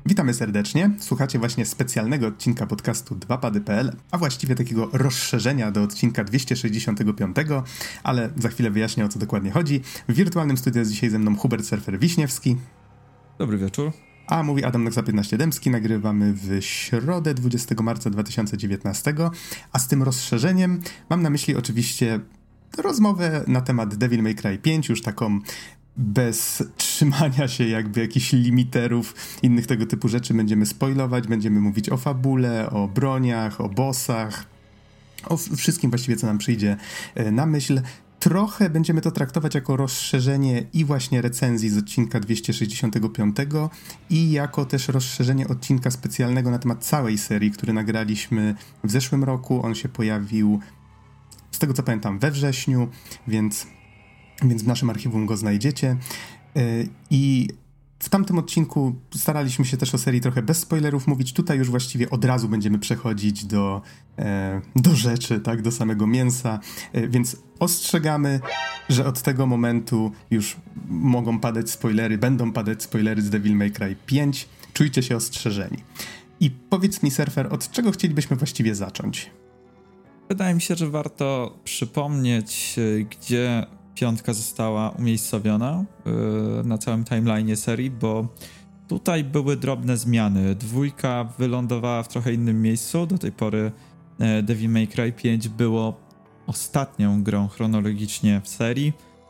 Witamy serdecznie. Słuchacie właśnie specjalnego odcinka podcastu 2pady.pl, a właściwie takiego rozszerzenia do odcinka 265, ale za chwilę wyjaśnię, o co dokładnie chodzi. W wirtualnym studiu jest dzisiaj ze mną Hubert Surfer Wiśniewski. Dobry wieczór. A mówi Adam Noxa 15 Dębski. Nagrywamy w środę 20 marca 2019, a z tym rozszerzeniem mam na myśli oczywiście rozmowę na temat Devil May Cry 5, już taką bez trzymania się jakby jakichś limiterów, innych tego typu rzeczy. Będziemy spoilować, będziemy mówić o fabule, o broniach, o bossach, o wszystkim właściwie, co nam przyjdzie na myśl. Trochę będziemy to traktować jako rozszerzenie i właśnie recenzji z odcinka 265 i jako też rozszerzenie odcinka specjalnego na temat całej serii, który nagraliśmy w zeszłym roku. On się pojawił, z tego co pamiętam, we wrześniu, więc w naszym archiwum go znajdziecie. I w tamtym odcinku staraliśmy się też o serii trochę bez spoilerów mówić. Tutaj już właściwie od razu będziemy przechodzić do rzeczy, tak, do samego mięsa. Więc ostrzegamy, że od tego momentu już mogą padać spoilery, będą padać spoilery z Devil May Cry 5. Czujcie się ostrzeżeni. I powiedz mi, Surfer, od czego chcielibyśmy właściwie zacząć? Wydaje mi się, że warto przypomnieć, gdzie piątka została umiejscowiona na całym timeline'ie serii, bo tutaj były drobne zmiany. Dwójka wylądowała w trochę innym miejscu. Do tej pory Devil May Cry 5 było ostatnią grą chronologicznie w serii.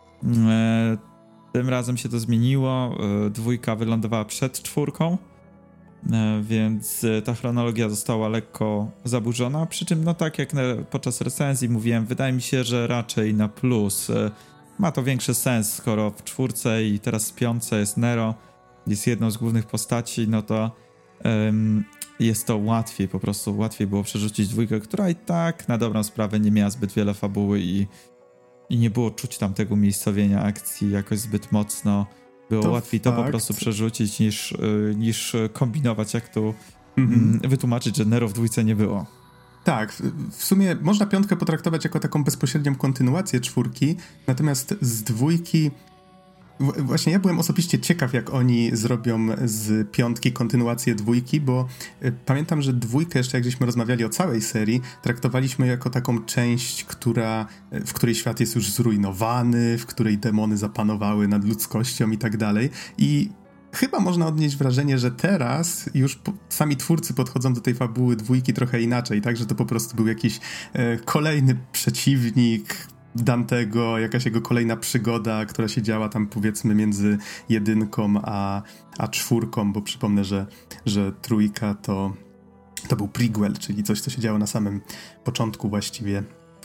Tym razem się to zmieniło. Dwójka wylądowała przed czwórką, więc ta chronologia została lekko zaburzona, przy czym no tak jak podczas recenzji mówiłem, wydaje mi się, że raczej na plus. Ma to większy sens, skoro w czwórce i teraz w piątce jest Nero, jest jedną z głównych postaci, no to jest to łatwiej, po prostu łatwiej było przerzucić dwójkę, która i tak na dobrą sprawę nie miała zbyt wiele fabuły i nie było czuć tam tego umiejscowienia akcji jakoś zbyt mocno. Było to łatwiej to po prostu przerzucić niż kombinować, jak to wytłumaczyć, że Nero w dwójce nie było. Tak, w sumie można piątkę potraktować jako taką bezpośrednią kontynuację czwórki, natomiast z dwójki... Właśnie ja byłem osobiście ciekaw, jak oni zrobią z piątki kontynuację dwójki, bo pamiętam, że dwójkę, jeszcze jak żeśmy rozmawiali o całej serii, traktowaliśmy jako taką część, w której świat jest już zrujnowany, w której demony zapanowały nad ludzkością i tak dalej. I chyba można odnieść wrażenie, że teraz już sami twórcy podchodzą do tej fabuły dwójki trochę inaczej, tak, że to po prostu był jakiś kolejny przeciwnik Dantego, jakaś jego kolejna przygoda, która się działa tam powiedzmy między jedynką a czwórką, bo przypomnę, że trójka to był prequel, czyli coś, co się działo na samym początku właściwie.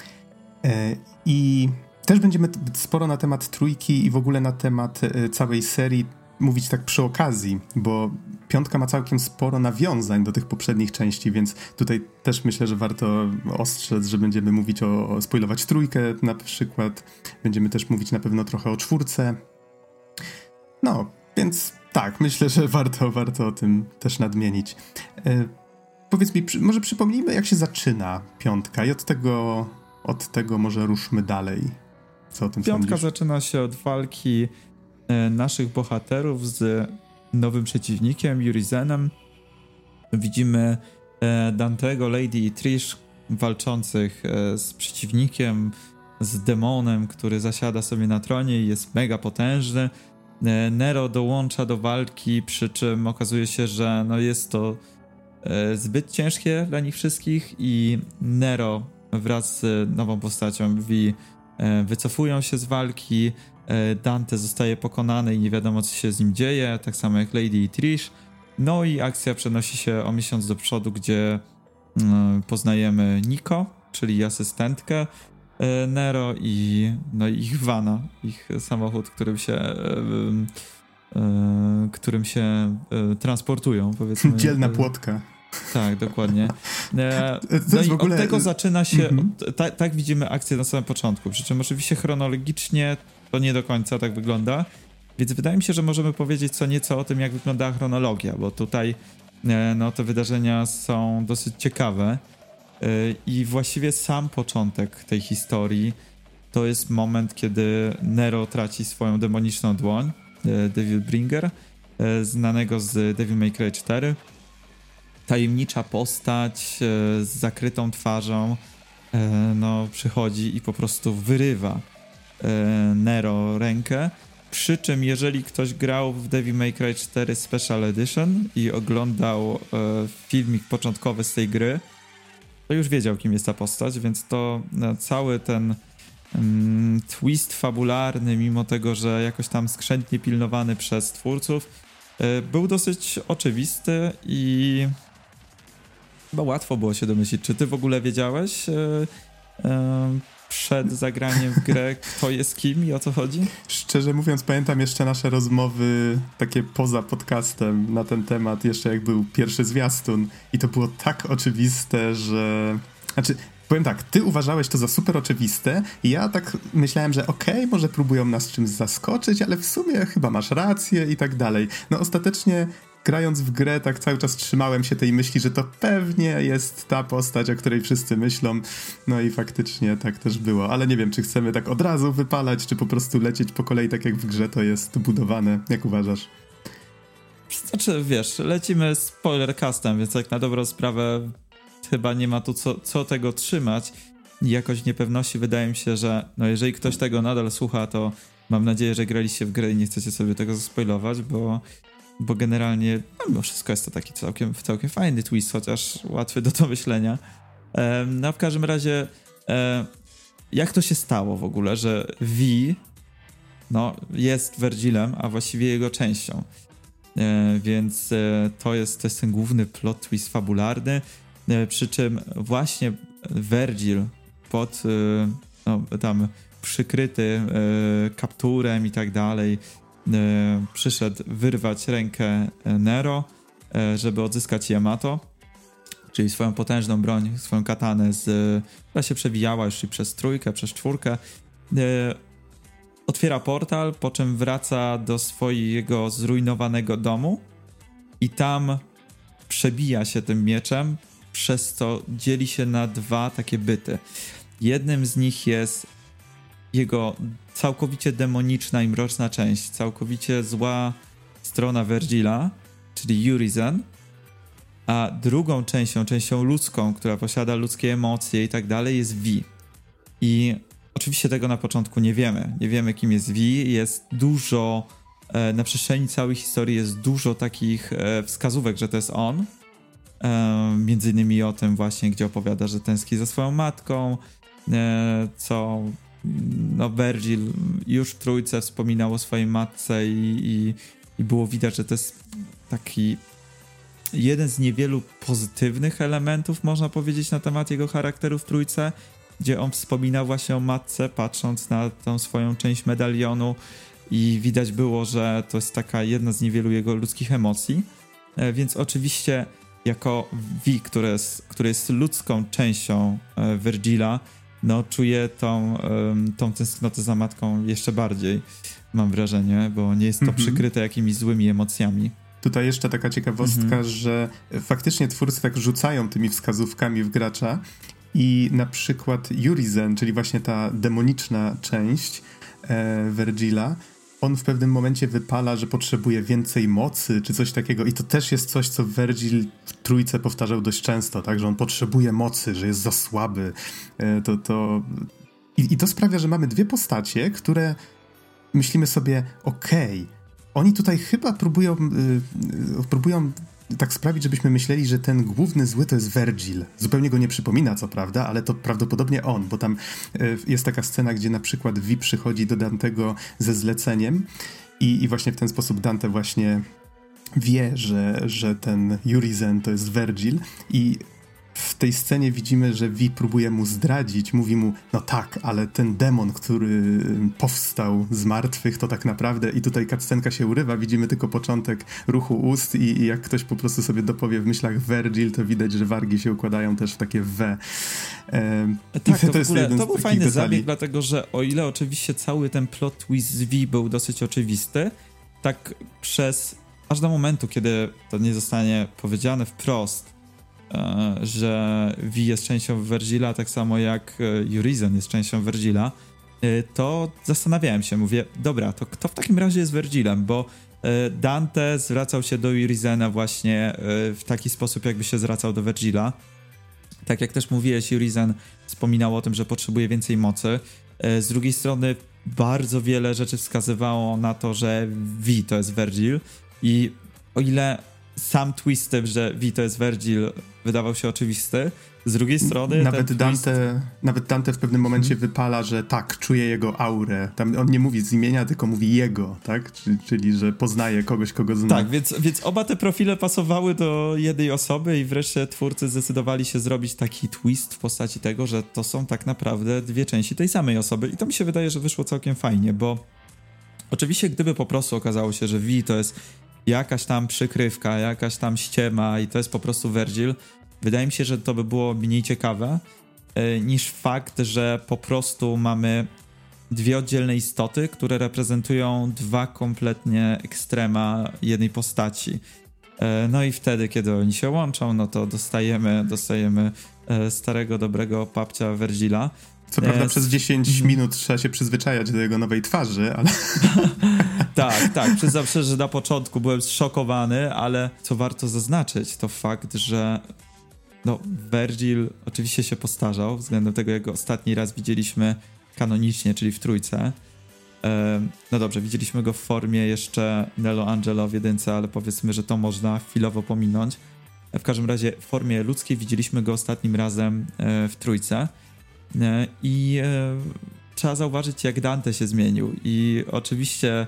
I też będziemy sporo na temat trójki i w ogóle na temat całej serii mówić tak przy okazji, bo piątka ma całkiem sporo nawiązań do tych poprzednich części, więc tutaj też myślę, że warto ostrzec, że będziemy mówić spoilować trójkę na przykład, będziemy też mówić na pewno trochę o czwórce. No, więc tak, myślę, że warto o tym też nadmienić. Powiedz mi, może przypomnijmy, jak się zaczyna piątka i od tego może ruszmy dalej. Co o tym Piątka sądzisz? zaczyna się od walki naszych bohaterów z nowym przeciwnikiem, Urizenem. Widzimy Dantego, Lady i Trish walczących z przeciwnikiem, z demonem, który zasiada sobie na tronie i jest mega potężny. Nero dołącza do walki, przy czym okazuje się, że no jest to zbyt ciężkie dla nich wszystkich i Nero wraz z nową postacią Vi wycofują się z walki. Dante zostaje pokonany i nie wiadomo, co się z nim dzieje, tak samo jak Lady i Trish. No i akcja przenosi się o miesiąc do przodu, gdzie poznajemy Nico, czyli asystentkę Nero i ich vana, ich samochód, którym się transportują, powiedzmy. Dzielna płotka. Tak, dokładnie. No i od tego zaczyna się, tak widzimy akcję na samym początku, przy czym oczywiście chronologicznie to nie do końca tak wygląda, więc wydaje mi się, że możemy powiedzieć co nieco o tym, jak wyglądała chronologia, bo tutaj te wydarzenia są dosyć ciekawe i właściwie sam początek tej historii to jest moment, kiedy Nero traci swoją demoniczną dłoń, Devilbringer, znanego z Devil May Cry 4. Tajemnicza postać z zakrytą twarzą przychodzi i po prostu wyrywa Nero rękę. Przy czym jeżeli ktoś grał w Devil May Cry 4 Special Edition i oglądał filmik początkowy z tej gry, to już wiedział, kim jest ta postać, więc to cały ten twist fabularny, mimo tego, że jakoś tam skrzętnie pilnowany przez twórców, był dosyć oczywisty i chyba łatwo było się domyślić. Czy ty w ogóle wiedziałeś przed zagraniem w grę, kto jest kim i o co chodzi? Szczerze mówiąc, pamiętam jeszcze nasze rozmowy takie poza podcastem na ten temat, jeszcze jak był pierwszy zwiastun i to było tak oczywiste, że... Znaczy, powiem tak, ty uważałeś to za super oczywiste i ja tak myślałem, że okej, może próbują nas czymś zaskoczyć, ale w sumie chyba masz rację i tak dalej. No ostatecznie grając w grę tak cały czas trzymałem się tej myśli, że to pewnie jest ta postać, o której wszyscy myślą. No i faktycznie tak też było. Ale nie wiem, czy chcemy tak od razu wypalać, czy po prostu lecieć po kolei tak jak w grze to jest budowane. Jak uważasz? Znaczy, wiesz, lecimy spoilercastem, więc jak na dobrą sprawę chyba nie ma tu co tego trzymać. I jakoś niepewności wydaje mi się, że jeżeli ktoś tego nadal słucha, to mam nadzieję, że graliście w grę i nie chcecie sobie tego zaspoilować, bo generalnie mimo wszystko jest to taki całkiem fajny twist, chociaż łatwy do domyślenia. W każdym razie jak to się stało w ogóle, że V jest Vergilem, a właściwie jego częścią. Więc to jest ten główny plot twist fabularny, przy czym właśnie Vergil tam przykryty kapturem i tak dalej przyszedł wyrwać rękę Nero, żeby odzyskać Yamato, czyli swoją potężną broń, swoją katanę, która się przewijała już i przez trójkę, przez czwórkę. Otwiera portal, po czym wraca do swojego zrujnowanego domu i tam przebija się tym mieczem, przez co dzieli się na dwa takie byty. Jednym z nich jest jego całkowicie demoniczna i mroczna część, całkowicie zła strona Vergila, czyli Urizen, a drugą częścią ludzką, która posiada ludzkie emocje i tak dalej, jest V. I oczywiście tego na początku nie wiemy. Nie wiemy, kim jest V. Jest dużo, na przestrzeni całej historii jest dużo takich wskazówek, że to jest on. Między innymi o tym właśnie, gdzie opowiada, że tęskni za swoją matką, co Vergil już w trójce wspominał o swojej matce i było widać, że to jest taki jeden z niewielu pozytywnych elementów, można powiedzieć, na temat jego charakteru w trójce, gdzie on wspominał właśnie o matce, patrząc na tą swoją część medalionu i widać było, że to jest taka jedna z niewielu jego ludzkich emocji, więc oczywiście jako V, który jest ludzką częścią Vergila, czuje tą tęsknotę za matką jeszcze bardziej, mam wrażenie, bo nie jest to przykryte jakimiś złymi emocjami. Tutaj jeszcze taka ciekawostka, że faktycznie twórcy tak rzucają tymi wskazówkami w gracza i na przykład Urizen, czyli właśnie ta demoniczna część Vergila, on w pewnym momencie wypala, że potrzebuje więcej mocy, czy coś takiego. I to też jest coś, co Vergil w trójce powtarzał dość często, tak? Że on potrzebuje mocy, że jest za słaby. I to sprawia, że mamy dwie postacie, które myślimy sobie, oni tutaj chyba próbują tak sprawić, żebyśmy myśleli, że ten główny zły to jest Vergil. Zupełnie go nie przypomina, co prawda, ale to prawdopodobnie on, bo tam jest taka scena, gdzie na przykład V przychodzi do Dantego ze zleceniem i właśnie w ten sposób Dante właśnie wie, że ten Urizen to jest Vergil i w tej scenie widzimy, że V próbuje mu zdradzić, mówi mu, ale ten demon, który powstał z martwych, to tak naprawdę, i tutaj cutscenka się urywa, widzimy tylko początek ruchu ust i jak ktoś po prostu sobie dopowie w myślach Vergil, to widać, że wargi się układają też w takie W. Tak, to był fajny zabieg, dlatego że o ile oczywiście cały ten plot twist z V był dosyć oczywisty, tak aż do momentu, kiedy to nie zostanie powiedziane wprost, że V jest częścią Vergila, tak samo jak Urizen jest częścią Vergila, to zastanawiałem się, mówię, dobra, to kto w takim razie jest Vergilem, bo Dante zwracał się do Urizena właśnie w taki sposób, jakby się zwracał do Vergila. Tak jak też mówiłeś, Urizen wspominał o tym, że potrzebuje więcej mocy. Z drugiej strony bardzo wiele rzeczy wskazywało na to, że V to jest Vergil i o ile sam twist, że V to jest Vergil wydawał się oczywisty, z drugiej strony nawet Dante w pewnym momencie wypala, że tak, czuje jego aurę. Tam on nie mówi z imienia, tylko mówi jego, tak? Czyli że poznaje kogoś, kogo zna. Tak, więc oba te profile pasowały do jednej osoby i wreszcie twórcy zdecydowali się zrobić taki twist w postaci tego, że to są tak naprawdę dwie części tej samej osoby i to mi się wydaje, że wyszło całkiem fajnie, bo oczywiście gdyby po prostu okazało się, że V to jest jakaś tam przykrywka, jakaś tam ściema i to jest po prostu Vergil, wydaje mi się, że to by było mniej ciekawe niż fakt, że po prostu mamy dwie oddzielne istoty, które reprezentują dwa kompletnie ekstrema jednej postaci. No i wtedy, kiedy oni się łączą, no to dostajemy starego, dobrego papcia Vergila. Co prawda przez 10 minut trzeba się przyzwyczajać do jego nowej twarzy, ale... Tak, przyznam szczerze, że na początku byłem zszokowany, ale co warto zaznaczyć, to fakt, że Vergil oczywiście się postarzał względem tego, jak go ostatni raz widzieliśmy kanonicznie, czyli w trójce. No dobrze, widzieliśmy go w formie jeszcze Nelo Angelo w jedynce, ale powiedzmy, że to można chwilowo pominąć. W każdym razie w formie ludzkiej widzieliśmy go ostatnim razem w trójce. I trzeba zauważyć, jak Dante się zmienił. I oczywiście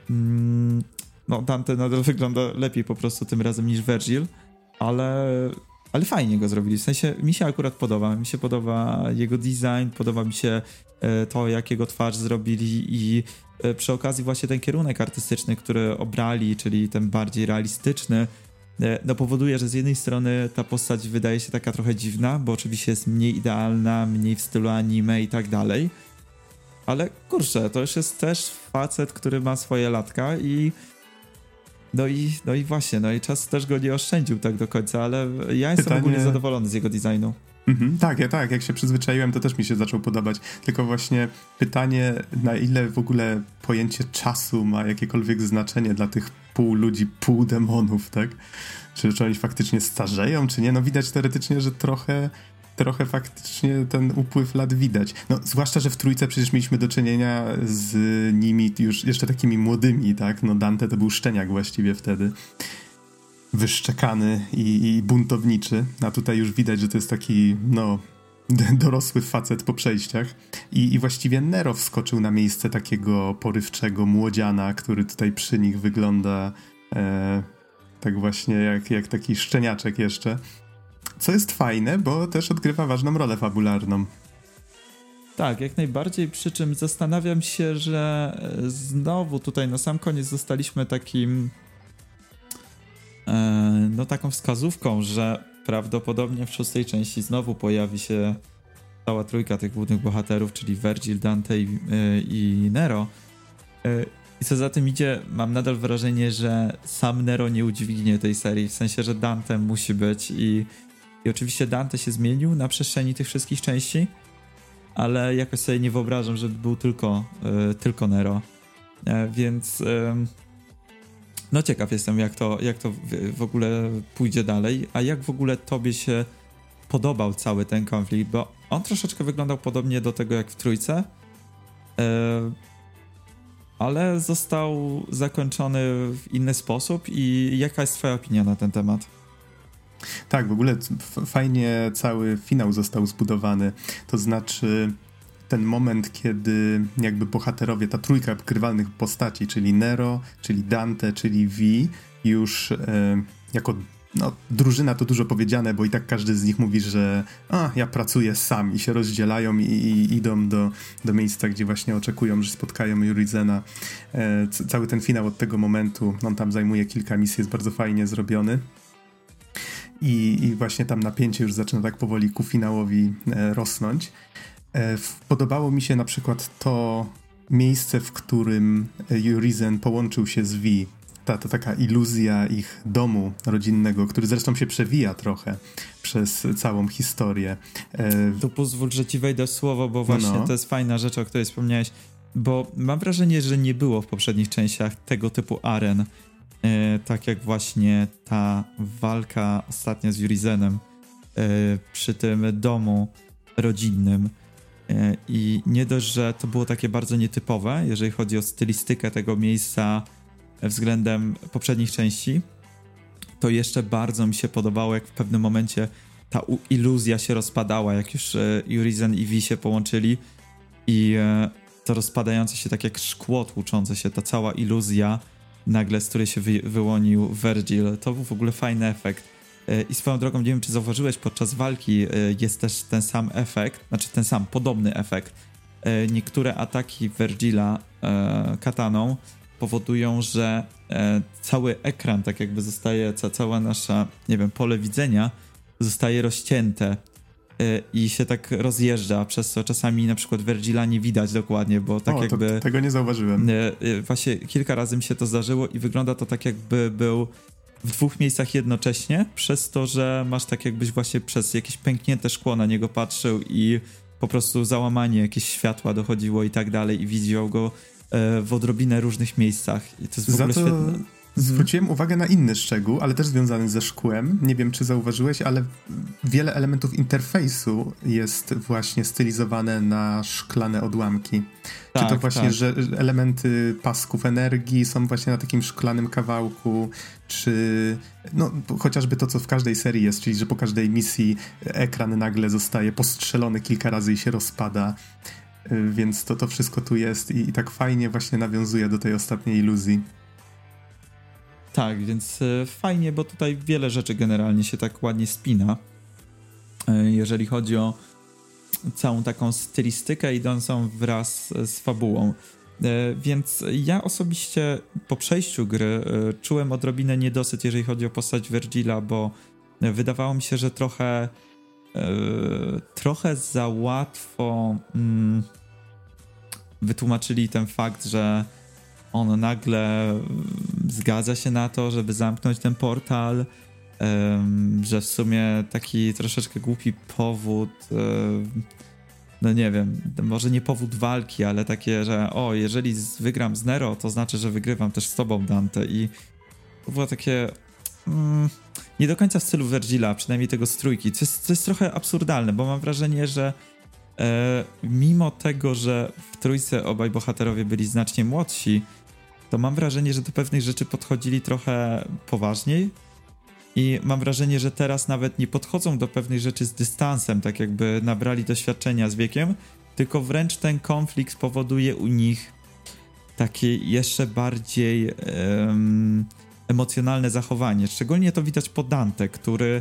Dante nadal wygląda lepiej po prostu tym razem niż Vergil, ale fajnie go zrobili. W sensie mi się akurat podoba. Mi się podoba jego design, podoba mi się to, jak jego twarz zrobili i przy okazji właśnie ten kierunek artystyczny, który obrali, czyli ten bardziej realistyczny, powoduje, że z jednej strony ta postać wydaje się taka trochę dziwna, bo oczywiście jest mniej idealna, mniej w stylu anime i tak dalej, ale kurczę, to już jest też facet, który ma swoje latka i właśnie, czas też go nie oszczędził tak do końca, ale ja jestem ogólnie zadowolony z jego designu. Tak, jak się przyzwyczaiłem, to też mi się zaczął podobać. Tylko właśnie pytanie, na ile w ogóle pojęcie czasu ma jakiekolwiek znaczenie dla tych pół ludzi, pół demonów, tak? Czy oni faktycznie starzeją, czy nie? No widać teoretycznie, że trochę faktycznie ten upływ lat widać. No, zwłaszcza, że w trójce przecież mieliśmy do czynienia z nimi już jeszcze takimi młodymi, tak? No Dante to był szczeniak właściwie wtedy. Wyszczekany i buntowniczy, a tutaj już widać, że to jest taki, dorosły facet po przejściach i właściwie Nero wskoczył na miejsce takiego porywczego młodziana, który tutaj przy nich wygląda tak właśnie jak taki szczeniaczek jeszcze, co jest fajne, bo też odgrywa ważną rolę fabularną. Tak, jak najbardziej, przy czym zastanawiam się, że znowu tutaj na sam koniec zostaliśmy taką wskazówką, że prawdopodobnie w szóstej części znowu pojawi się cała trójka tych głównych bohaterów, czyli Vergil, Dante i Nero. I co za tym idzie, mam nadal wrażenie, że sam Nero nie udźwignie tej serii, w sensie, że Dante musi być i oczywiście Dante się zmienił na przestrzeni tych wszystkich części, ale jakoś sobie nie wyobrażam, żeby był tylko Nero. Więc ciekaw jestem, jak to w ogóle pójdzie dalej, a jak w ogóle tobie się podobał cały ten konflikt, bo on troszeczkę wyglądał podobnie do tego jak w trójce, ale został zakończony w inny sposób i jaka jest twoja opinia na ten temat? Tak, w ogóle fajnie cały finał został zbudowany, to znaczy ten moment, kiedy jakby bohaterowie, ta trójka grywalnych postaci, czyli Nero, czyli Dante, czyli V, już jako drużyna to dużo powiedziane, bo i tak każdy z nich mówi, że ja pracuję sam i się rozdzielają i idą do miejsca, gdzie właśnie oczekują, że spotkają Urizena. Cały ten finał od tego momentu, on tam zajmuje kilka misji, jest bardzo fajnie zrobiony. I właśnie tam napięcie już zaczyna tak powoli ku finałowi rosnąć. Podobało mi się na przykład to miejsce, w którym Urizen połączył się z V. Ta taka iluzja ich domu rodzinnego, który zresztą się przewija trochę przez całą historię. Tu pozwól, że ci wejdę w słowo, bo właśnie to jest fajna rzecz, o której wspomniałeś. bo mam wrażenie, że nie było w poprzednich częściach tego typu aren, tak jak właśnie ta walka ostatnia z Urizenem przy tym domu rodzinnym. I nie dość, że to było takie bardzo nietypowe, jeżeli chodzi o stylistykę tego miejsca względem poprzednich części, to jeszcze bardzo mi się podobało, jak w pewnym momencie ta iluzja się rozpadała, jak już Urizen i Vi się połączyli i to rozpadające się tak jak szkło tłuczące się, ta cała iluzja nagle, z której się wyłonił Vergil. To był w ogóle fajny efekt. I swoją drogą, nie wiem, czy zauważyłeś, podczas walki jest też ten sam efekt, znaczy ten sam, podobny efekt. Niektóre ataki Vergila kataną powodują, że cały ekran tak jakby zostaje, cała nasza, nie wiem, pole widzenia zostaje rozcięte i się tak rozjeżdża, przez co czasami na przykład Vergila nie widać dokładnie, bo tak jakby... Tego nie zauważyłem. Właśnie kilka razy mi się to zdarzyło i wygląda to tak, jakby był w dwóch miejscach jednocześnie, przez to, że masz tak, jakbyś właśnie przez jakieś pęknięte szkło na niego patrzył i po prostu załamanie, jakieś światła dochodziło i tak dalej i widział go w odrobinę różnych miejscach. I to jest w ogóle świetne. Zwróciłem uwagę na inny szczegół, ale też związany ze szkłem. Nie wiem, czy zauważyłeś, ale wiele elementów interfejsu jest właśnie stylizowane na szklane odłamki. Tak, czy to właśnie, że elementy pasków energii są właśnie na takim szklanym kawałku, czy no chociażby to, co w każdej serii jest, czyli że po każdej misji ekran nagle zostaje postrzelony kilka razy i się rozpada. Więc to wszystko tu jest i tak fajnie właśnie nawiązuje do tej ostatniej iluzji. Tak, więc fajnie, bo tutaj wiele rzeczy generalnie się tak ładnie spina, jeżeli chodzi o całą taką stylistykę idącą wraz z fabułą. Więc ja osobiście po przejściu gry czułem odrobinę niedosyt, jeżeli chodzi o postać Vergila, bo wydawało mi się, że trochę za łatwo wytłumaczyli ten fakt, że on nagle zgadza się na to, żeby zamknąć ten portal, że w sumie taki troszeczkę głupi powód, no nie wiem, może nie powód walki, ale takie, że jeżeli wygram z Nero, to znaczy, że wygrywam też z tobą, Dante, i to było takie nie do końca w stylu Vergila, przynajmniej tego z trójki, co jest trochę absurdalne, bo mam wrażenie, że mimo tego, że w trójce obaj bohaterowie byli znacznie młodsi, to mam wrażenie, że do pewnych rzeczy podchodzili trochę poważniej i mam wrażenie, że teraz nawet nie podchodzą do pewnych rzeczy z dystansem, tak jakby nabrali doświadczenia z wiekiem, tylko wręcz ten konflikt powoduje u nich takie jeszcze bardziej emocjonalne zachowanie. Szczególnie to widać po Dante, który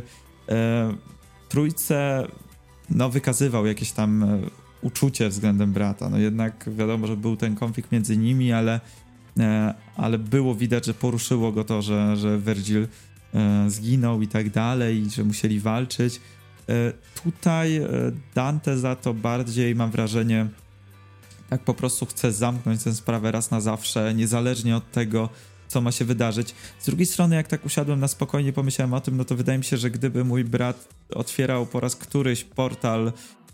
trójce wykazywał jakieś tam uczucie względem brata. No jednak wiadomo, że był ten konflikt między nimi, ale było widać, że poruszyło go to, że Vergil zginął i tak dalej, i że musieli walczyć. Tutaj Dante za to bardziej, mam wrażenie, tak po prostu chce zamknąć tę sprawę raz na zawsze, niezależnie od tego, co ma się wydarzyć. Z drugiej strony, jak tak usiadłem na spokojnie, pomyślałem o tym, no to wydaje mi się, że gdyby mój brat otwierał po raz któryś portal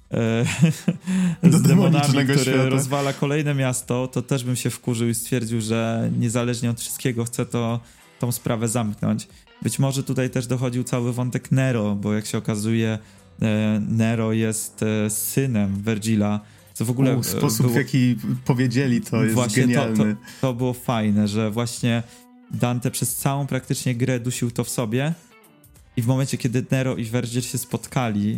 z demonami, który rozwala kolejne miasto, to też bym się wkurzył i stwierdził, że niezależnie od wszystkiego chce tą sprawę zamknąć. Być może tutaj też dochodził cały wątek Nero, bo jak się okazuje, Nero jest synem Vergila, co w ogóle... Sposób, w jaki powiedzieli, to jest właśnie genialny. To było fajne, że właśnie Dante przez całą praktycznie grę dusił to w sobie i w momencie, kiedy Nero i Vergil się spotkali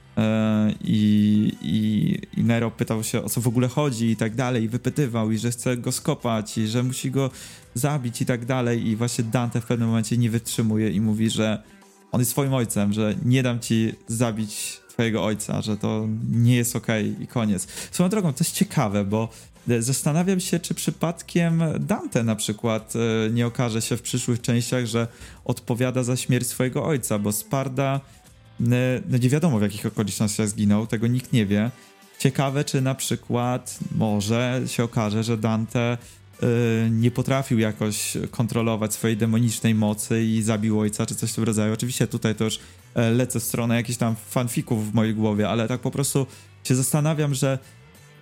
i Nero pytał się, o co w ogóle chodzi i tak dalej, i wypytywał, i że chce go skopać, i że musi go zabić i tak dalej, i właśnie Dante w pewnym momencie nie wytrzymuje i mówi, że on jest swoim ojcem, że nie dam ci zabić twojego ojca, że to nie jest okej, i koniec. Swoją drogą, to jest ciekawe, bo zastanawiam się, czy przypadkiem Dante na przykład nie okaże się w przyszłych częściach, że odpowiada za śmierć swojego ojca, bo Sparda nie wiadomo, w jakich okolicznościach zginął, tego nikt nie wie. Ciekawe, czy na przykład może się okaże, że Dante nie potrafił jakoś kontrolować swojej demonicznej mocy i zabił ojca, czy coś w tym rodzaju. Oczywiście tutaj to już lecę w stronę jakichś tam fanfików w mojej głowie, ale tak po prostu się zastanawiam, że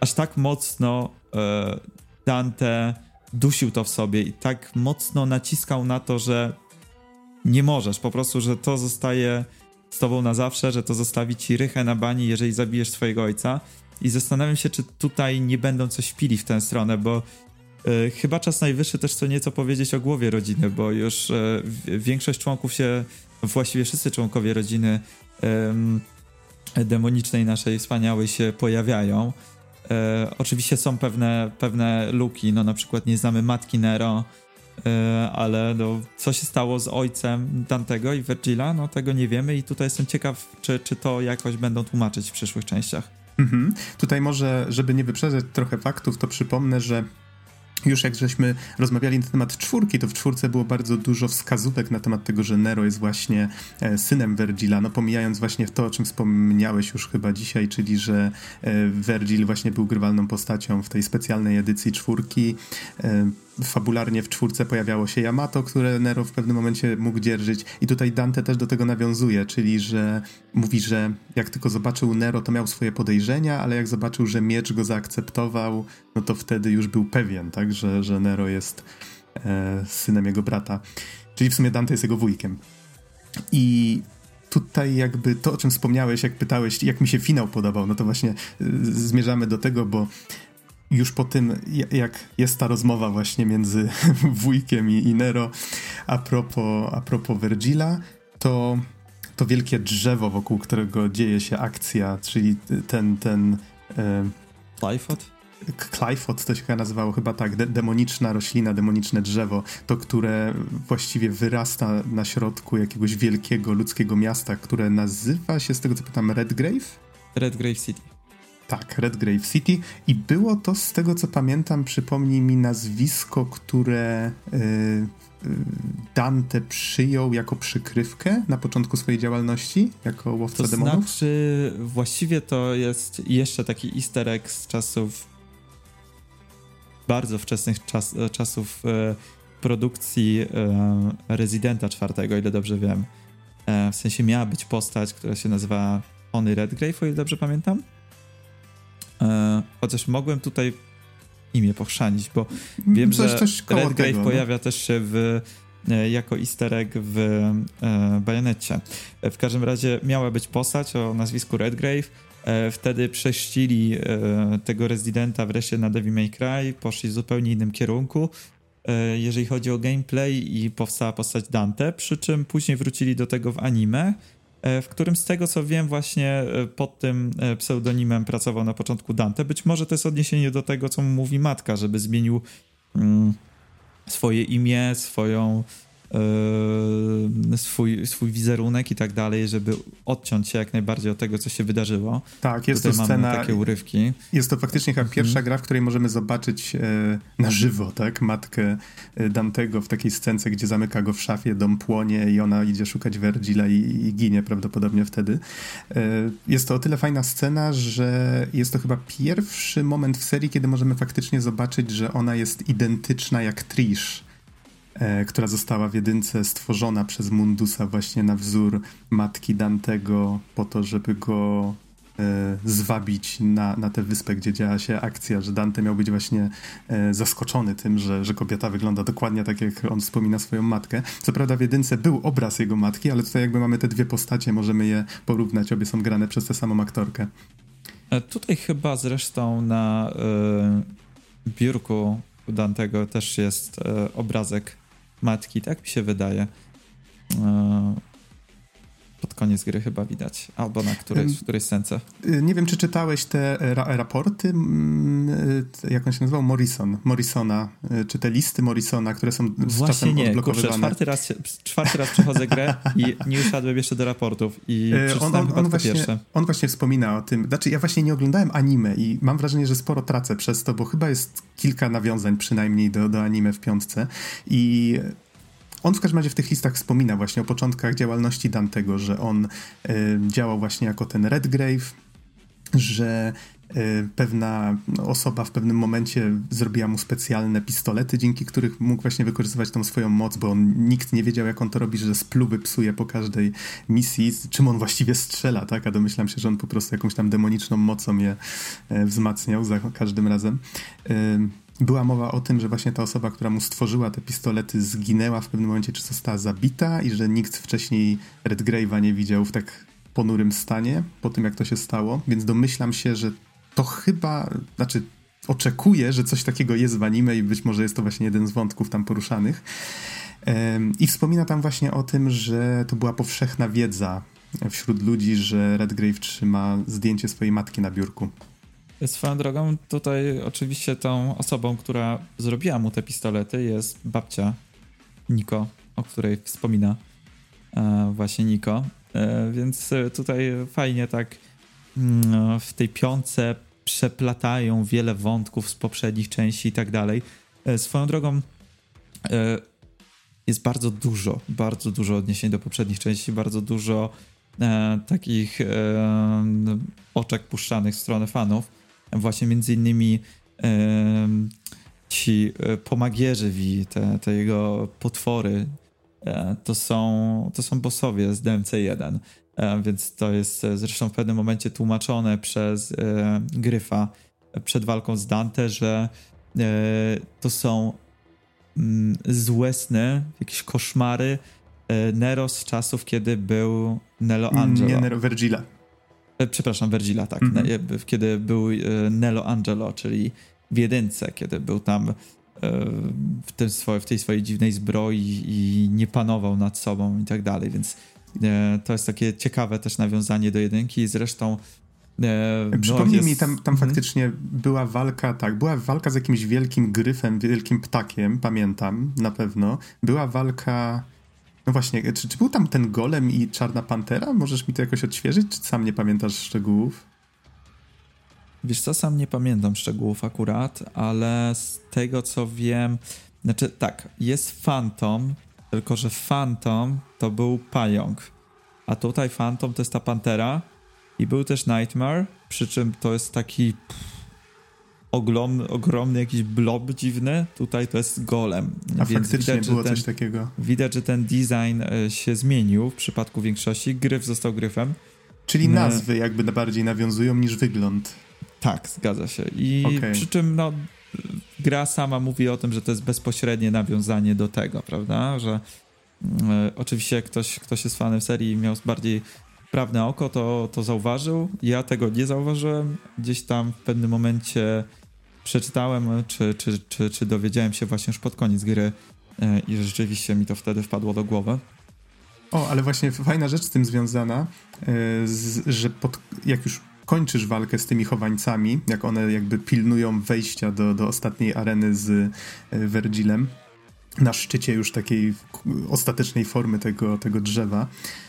aż tak mocno Dante dusił to w sobie i tak mocno naciskał na to, że nie możesz, po prostu, że to zostaje z tobą na zawsze, że to zostawi ci rychę na bani, jeżeli zabijesz swojego ojca. I zastanawiam się, czy tutaj nie będą coś pili w tę stronę, bo chyba czas najwyższy też co nieco powiedzieć o głowie rodziny, bo już większość członków się, właściwie wszyscy członkowie rodziny demonicznej naszej wspaniałej się pojawiają. Oczywiście są pewne luki, no na przykład nie znamy matki Nero, ale no, co się stało z ojcem Dantego i Vergila, no tego nie wiemy i tutaj jestem ciekaw, czy to jakoś będą tłumaczyć w przyszłych częściach. Tutaj może, żeby nie wyprzedzać trochę faktów, to przypomnę, że już jak żeśmy rozmawiali na temat czwórki, to w czwórce było bardzo dużo wskazówek na temat tego, że Nero jest właśnie synem Vergila, no pomijając właśnie to, o czym wspomniałeś już chyba dzisiaj, czyli że Vergil właśnie był grywalną postacią w tej specjalnej edycji czwórki. Fabularnie w czwórce pojawiało się Yamato, które Nero w pewnym momencie mógł dzierżyć i tutaj Dante też do tego nawiązuje, czyli że mówi, że jak tylko zobaczył Nero, to miał swoje podejrzenia, ale jak zobaczył, że miecz go zaakceptował, no to wtedy już był pewien, tak, że Nero jest synem jego brata. Czyli w sumie Dante jest jego wujkiem. I tutaj jakby to, o czym wspomniałeś, jak pytałeś, jak mi się finał podobał, no to właśnie zmierzamy do tego, bo już po tym, jak jest ta rozmowa właśnie między wujkiem i Nero a propos Vergila, to wielkie drzewo, wokół którego dzieje się akcja, czyli ten Qliphoth to się chyba nazywało, chyba tak, demoniczna roślina, demoniczne drzewo, to które właściwie wyrasta na środku jakiegoś wielkiego ludzkiego miasta, które nazywa się, z tego co pytam, Redgrave? Redgrave City. Tak, Redgrave City i było to, z tego co pamiętam, przypomnij mi nazwisko, które Dante przyjął jako przykrywkę na początku swojej działalności, jako łowca demonów. To znaczy, właściwie to jest jeszcze taki easter egg z czasów, bardzo wczesnych czasów produkcji Residenta IV, o ile dobrze wiem. W sensie miała być postać, która się nazywa Tony Redgrave, o ile dobrze pamiętam. Chociaż mogłem tutaj imię pochrzanić, bo wiem, że Redgrave pojawia też się jako easter egg w Bajonecie. W każdym razie miała być postać o nazwisku Redgrave. Wtedy prześcili tego Residenta wreszcie na Devil May Cry, poszli w zupełnie innym kierunku, jeżeli chodzi o gameplay i powstała postać Dante, przy czym później wrócili do tego w anime, w którym z tego co wiem właśnie pod tym pseudonimem pracował na początku Dante. Być może to jest odniesienie do tego, co mu mówi matka, żeby zmienił swoje imię, swój wizerunek i tak dalej, żeby odciąć się jak najbardziej od tego, co się wydarzyło. Tak, jest tutaj to scena, mamy takie urywki. Jest to faktycznie chyba pierwsza gra, w której możemy zobaczyć na żywo, tak, matkę Dantego w takiej scence, gdzie zamyka go w szafie, dom płonie i ona idzie szukać Vergila i ginie prawdopodobnie wtedy. Jest to o tyle fajna scena, że jest to chyba pierwszy moment w serii, kiedy możemy faktycznie zobaczyć, że ona jest identyczna jak Trish, która została w jedynce stworzona przez Mundusa właśnie na wzór matki Dantego po to, żeby go zwabić na tę wyspę, gdzie działa się akcja, że Dante miał być właśnie zaskoczony tym, że kobieta wygląda dokładnie tak, jak on wspomina swoją matkę. Co prawda w jedynce był obraz jego matki, ale tutaj jakby mamy te dwie postacie, możemy je porównać, obie są grane przez tę samą aktorkę. Tutaj chyba zresztą na biurku Dantego też jest obrazek matki, tak mi się wydaje. Pod koniec gry chyba widać, albo na którejś scence. Nie wiem, czy czytałeś te raporty, jak on się nazywał? Morrisona, czy te listy Morrisona, które są z właśnie czasem odblokowywane. Kurczę, czwarty raz przechodzę grę i nie usiadłem jeszcze do raportów i przeczytałem chyba tylko pierwsze. On właśnie wspomina o tym, znaczy ja właśnie nie oglądałem anime i mam wrażenie, że sporo tracę przez to, bo chyba jest kilka nawiązań przynajmniej do anime w piątce i on w każdym razie w tych listach wspomina właśnie o początkach działalności Dantego, że on działał właśnie jako ten Redgrave, że pewna osoba w pewnym momencie zrobiła mu specjalne pistolety, dzięki których mógł właśnie wykorzystywać tą swoją moc, bo nikt nie wiedział, jak on to robi, że spluwy psuje po każdej misji, czym on właściwie strzela, tak? A domyślam się, że on po prostu jakąś tam demoniczną mocą je wzmacniał za każdym razem. Była mowa o tym, że właśnie ta osoba, która mu stworzyła te pistolety, zginęła w pewnym momencie, czy została zabita i że nikt wcześniej Redgrave'a nie widział w tak ponurym stanie po tym, jak to się stało, więc domyślam się, że to chyba, oczekuję, że coś takiego jest w anime i być może jest to właśnie jeden z wątków tam poruszanych. I wspomina tam właśnie o tym, że to była powszechna wiedza wśród ludzi, że Redgrave trzyma zdjęcie swojej matki na biurku. Swoją drogą, tutaj oczywiście tą osobą, która zrobiła mu te pistolety, jest babcia Nico, o której wspomina właśnie Nico. Więc tutaj fajnie tak w tej piątce przeplatają wiele wątków z poprzednich części i tak dalej. Swoją drogą jest bardzo dużo odniesień do poprzednich części, bardzo dużo takich oczek puszczanych w stronę fanów. Właśnie między innymi ci pomagierzy te jego potwory, to są bossowie z DMC1, więc to jest zresztą w pewnym momencie tłumaczone przez Gryfa przed walką z Dante, że to są złe sny, jakieś koszmary Nero z czasów, kiedy był Nello Angelo. Nie Nero, Vergila. Przepraszam, Vergila, tak. Kiedy był Nello Angelo, czyli w jedynce, kiedy był tam w tej swojej dziwnej zbroi i nie panował nad sobą i tak dalej, więc to jest takie ciekawe też nawiązanie do jedynki. Zresztą przypomnij mi, tam faktycznie była walka z jakimś wielkim gryfem, wielkim ptakiem, pamiętam, na pewno. Była walka, no właśnie, czy był tam ten golem i czarna pantera? Możesz mi to jakoś odświeżyć, czy sam nie pamiętasz szczegółów? Wiesz co, sam nie pamiętam szczegółów akurat, ale z tego co wiem, znaczy tak, jest Phantom, tylko że Phantom to był pająk, a tutaj Phantom to jest ta pantera i był też Nightmare, przy czym to jest taki ogromny jakiś blob dziwny, tutaj to jest golem. A więc faktycznie widać, było coś takiego. Widać, że ten design się zmienił w przypadku większości, Gryf został Gryfem. Czyli nazwy jakby bardziej nawiązują niż wygląd. Tak, zgadza się. I przy czym gra sama mówi o tym, że to jest bezpośrednie nawiązanie do tego, prawda? Że oczywiście ktoś jest fanem serii i miał bardziej prawne oko, to zauważył. Ja tego nie zauważyłem. Gdzieś tam w pewnym momencie przeczytałem, czy dowiedziałem się właśnie już pod koniec gry i rzeczywiście mi to wtedy wpadło do głowy. O, ale właśnie fajna rzecz z tym związana, że jak już kończysz walkę z tymi chowańcami, jak one jakby pilnują wejścia do ostatniej areny z Vergilem, na szczycie już takiej ostatecznej formy tego drzewa,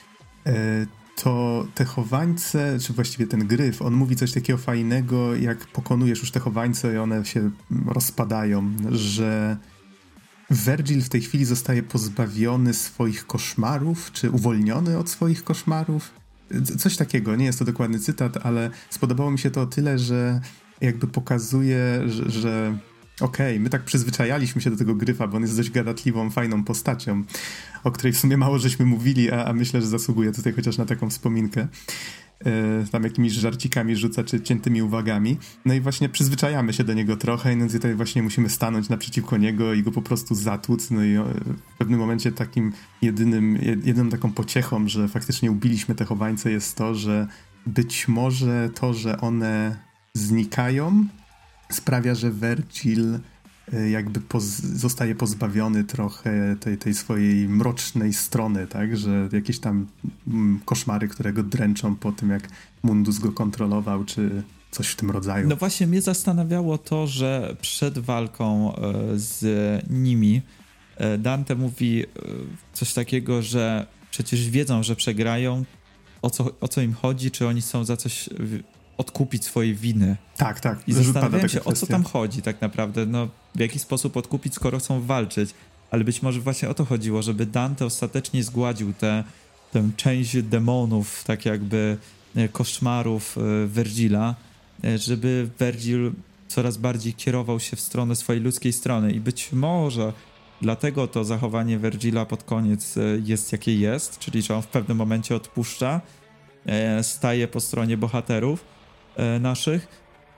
to te chowańce, czy właściwie ten gryf, on mówi coś takiego fajnego, jak pokonujesz już te chowańce i one się rozpadają, że Vergil w tej chwili zostaje pozbawiony swoich koszmarów, czy uwolniony od swoich koszmarów. Coś takiego, nie jest to dokładny cytat, ale spodobało mi się to o tyle, że jakby pokazuje, że my tak przyzwyczajaliśmy się do tego gryfa, bo on jest dość gadatliwą, fajną postacią, o której w sumie mało żeśmy mówili, a myślę, że zasługuje tutaj chociaż na taką wspominkę. Tam jakimiś żarcikami rzuca, czy ciętymi uwagami. No i właśnie przyzwyczajamy się do niego trochę, więc tutaj właśnie musimy stanąć naprzeciwko niego i go po prostu zatłuc. No i w pewnym momencie takim jedyną taką pociechą, że faktycznie ubiliśmy te chowańce, jest to, że być może to, że one znikają, sprawia, że Vergil jakby zostaje pozbawiony trochę tej swojej mrocznej strony, tak, że jakieś tam koszmary, które go dręczą po tym, jak Mundus go kontrolował, czy coś w tym rodzaju. No właśnie mnie zastanawiało to, że przed walką z nimi Dante mówi coś takiego, że przecież wiedzą, że przegrają, o co im chodzi, czy oni są za coś odkupić swojej winy. Tak. I zastanawiałem się, o co tam chodzi tak naprawdę, w jaki sposób odkupić, skoro chcą walczyć, ale być może właśnie o to chodziło, żeby Dante ostatecznie zgładził tę część demonów, tak jakby koszmarów Vergila żeby Vergil coraz bardziej kierował się w stronę swojej ludzkiej strony i być może dlatego to zachowanie Vergila pod koniec jest jakie jest, czyli że on w pewnym momencie odpuszcza, staje po stronie bohaterów naszych,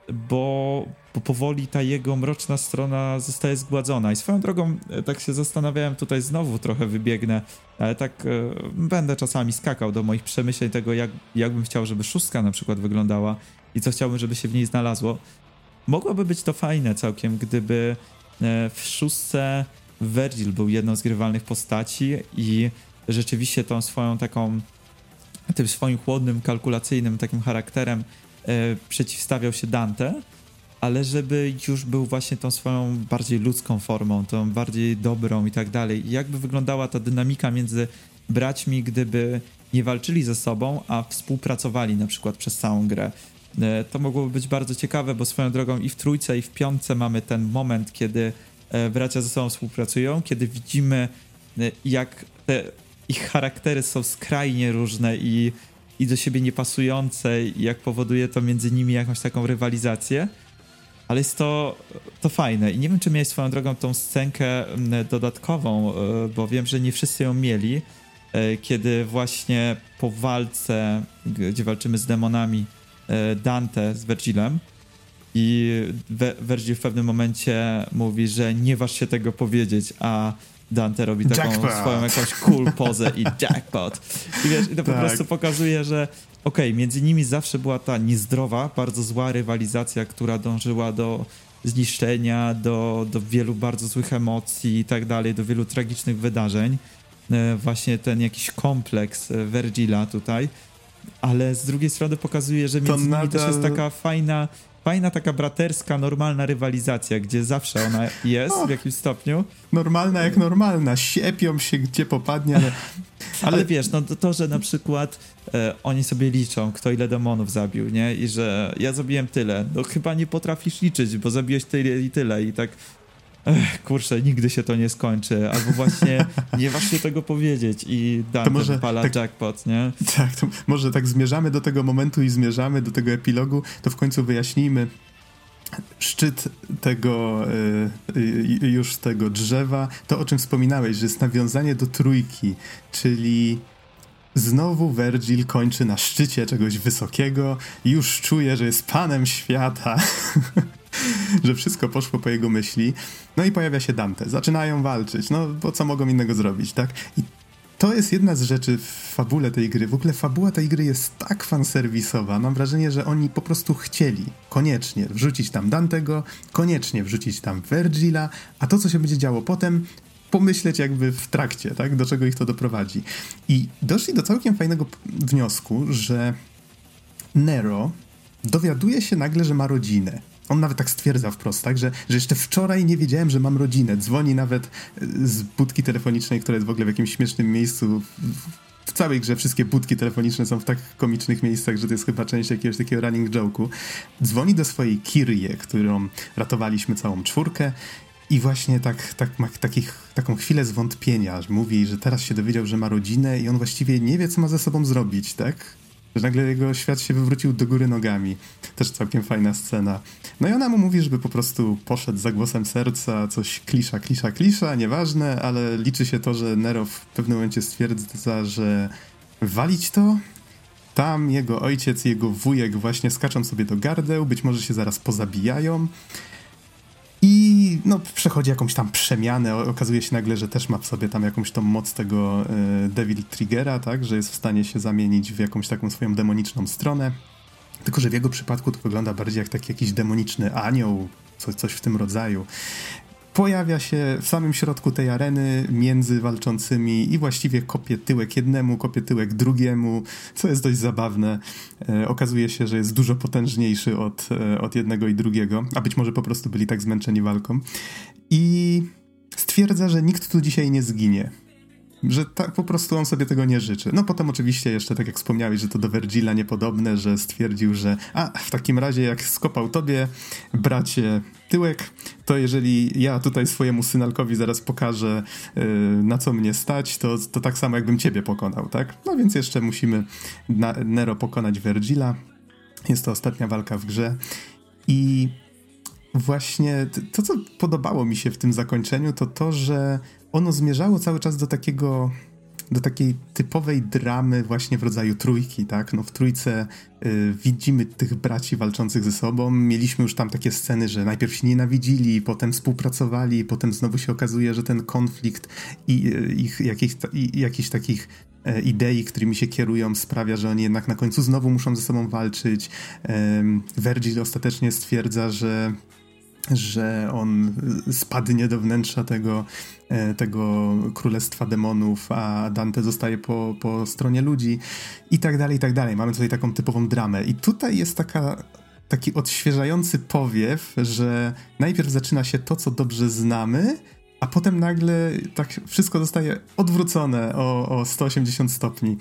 bo powoli ta jego mroczna strona zostaje zgładzona. I swoją drogą, tak się zastanawiałem, tutaj znowu trochę wybiegnę, ale tak będę czasami skakał do moich przemyśleń tego, jak bym chciał, żeby szóstka na przykład wyglądała i co chciałbym, żeby się w niej znalazło. Mogłoby być to fajne całkiem, gdyby w szóstce Vergil był jedną z grywalnych postaci i rzeczywiście tą swoją taką, tym swoim chłodnym, kalkulacyjnym takim charakterem przeciwstawiał się Dante, ale żeby już był właśnie tą swoją bardziej ludzką formą, tą bardziej dobrą i tak dalej. I jakby wyglądała ta dynamika między braćmi, gdyby nie walczyli ze sobą, a współpracowali na przykład przez całą grę. To mogłoby być bardzo ciekawe, bo swoją drogą i w trójce, i w piątce mamy ten moment, kiedy bracia ze sobą współpracują, kiedy widzimy, jak te ich charaktery są skrajnie różne i do siebie niepasujące i jak powoduje to między nimi jakąś taką rywalizację, ale jest to fajne i nie wiem, czy miałeś swoją drogą tą scenkę dodatkową, bo wiem, że nie wszyscy ją mieli, kiedy właśnie po walce, gdzie walczymy z demonami, Dante z Vergilem i Vergil w pewnym momencie mówi, że nie waż się tego powiedzieć, a Dante robi taką swoją jakąś cool pozę i jackpot. I wiesz, i to po prostu pokazuje, że między nimi zawsze była ta niezdrowa, bardzo zła rywalizacja, która dążyła do zniszczenia, do wielu bardzo złych emocji i tak dalej, do wielu tragicznych wydarzeń. Właśnie ten jakiś kompleks Vergila tutaj, ale z drugiej strony pokazuje, że między nimi też jest taka fajna taka braterska, normalna rywalizacja, gdzie zawsze ona jest w jakimś stopniu. Normalna jak normalna, siepią się gdzie popadnie, ale wiesz, no to, że na przykład oni sobie liczą, kto ile demonów zabił, nie? I że ja zabiłem tyle. No chyba nie potrafisz liczyć, bo zabiłeś tyle i tyle i tak kurczę, nigdy się to nie skończy. Albo właśnie nie waż się tego powiedzieć i Dante wypala jackpot, nie? Tak, to może tak zmierzamy do tego momentu i zmierzamy do tego epilogu, to w końcu wyjaśnijmy szczyt tego drzewa, to o czym wspominałeś, że jest nawiązanie do trójki, czyli znowu Vergil kończy na szczycie czegoś wysokiego i już czuje, że jest panem świata. Że wszystko poszło po jego myśli. No i pojawia się Dante. Zaczynają walczyć. No, bo co mogą innego zrobić, tak? I to jest jedna z rzeczy w fabule tej gry. W ogóle fabuła tej gry jest tak fanserwisowa. Mam wrażenie, że oni po prostu chcieli koniecznie wrzucić tam Dantego, koniecznie wrzucić tam Vergila, a to, co się będzie działo potem, pomyśleć jakby w trakcie, tak? Do czego ich to doprowadzi. I doszli do całkiem fajnego wniosku, że Nero dowiaduje się nagle, że ma rodzinę. On nawet tak stwierdza wprost, tak, że jeszcze wczoraj nie wiedziałem, że mam rodzinę. Dzwoni nawet z budki telefonicznej, która jest w ogóle w jakimś śmiesznym miejscu. W całej grze wszystkie budki telefoniczne są w tak komicznych miejscach, że to jest chyba część jakiegoś takiego running joke'u. Dzwoni do swojej Kyrie, którą ratowaliśmy całą czwórkę i właśnie ma taką chwilę zwątpienia, że mówi, że teraz się dowiedział, że ma rodzinę i on właściwie nie wie, co ma ze sobą zrobić, tak? Że nagle jego świat się wywrócił do góry nogami. Też całkiem fajna scena. No i ona mu mówi, żeby po prostu poszedł za głosem serca, coś klisza, nieważne, ale liczy się to, że Nero w pewnym momencie stwierdza, że walić to. Tam jego ojciec i jego wujek właśnie skaczą sobie do gardeł, być może się zaraz pozabijają. I no, przechodzi jakąś tam przemianę, okazuje się nagle, że też ma w sobie tam jakąś tą moc tego Devil Triggera, tak, że jest w stanie się zamienić w jakąś taką swoją demoniczną stronę, tylko że w jego przypadku to wygląda bardziej jak taki jakiś demoniczny anioł, coś w tym rodzaju. Pojawia się w samym środku tej areny między walczącymi i właściwie kopie tyłek jednemu, kopie tyłek drugiemu, co jest dość zabawne. Okazuje się, że jest dużo potężniejszy od jednego i drugiego, a być może po prostu byli tak zmęczeni walką. I stwierdza, że nikt tu dzisiaj nie zginie. Że tak po prostu on sobie tego nie życzy. No potem oczywiście jeszcze, tak jak wspomniałeś, że to do Vergila niepodobne, że stwierdził, że w takim razie jak skopał tobie, bracie, tyłek, to jeżeli ja tutaj swojemu synalkowi zaraz pokażę, na co mnie stać, to tak samo jakbym ciebie pokonał, tak? No więc jeszcze musimy Nero pokonać Vergila. Jest to ostatnia walka w grze i właśnie to, co podobało mi się w tym zakończeniu, to to, że ono zmierzało cały czas do takiej typowej dramy właśnie w rodzaju trójki, tak? No w trójce widzimy tych braci walczących ze sobą. Mieliśmy już tam takie sceny, że najpierw się nienawidzili, potem współpracowali, potem znowu się okazuje, że ten konflikt i ich jakichś takich idei, którymi się kierują, sprawia, że oni jednak na końcu znowu muszą ze sobą walczyć. Vergil ostatecznie stwierdza, że on spadnie do wnętrza tego królestwa demonów, a Dante zostaje po stronie ludzi i tak dalej, i tak dalej. Mamy tutaj taką typową dramę. I tutaj jest taki odświeżający powiew, że najpierw zaczyna się to, co dobrze znamy, a potem nagle tak wszystko zostaje odwrócone o 180 stopni.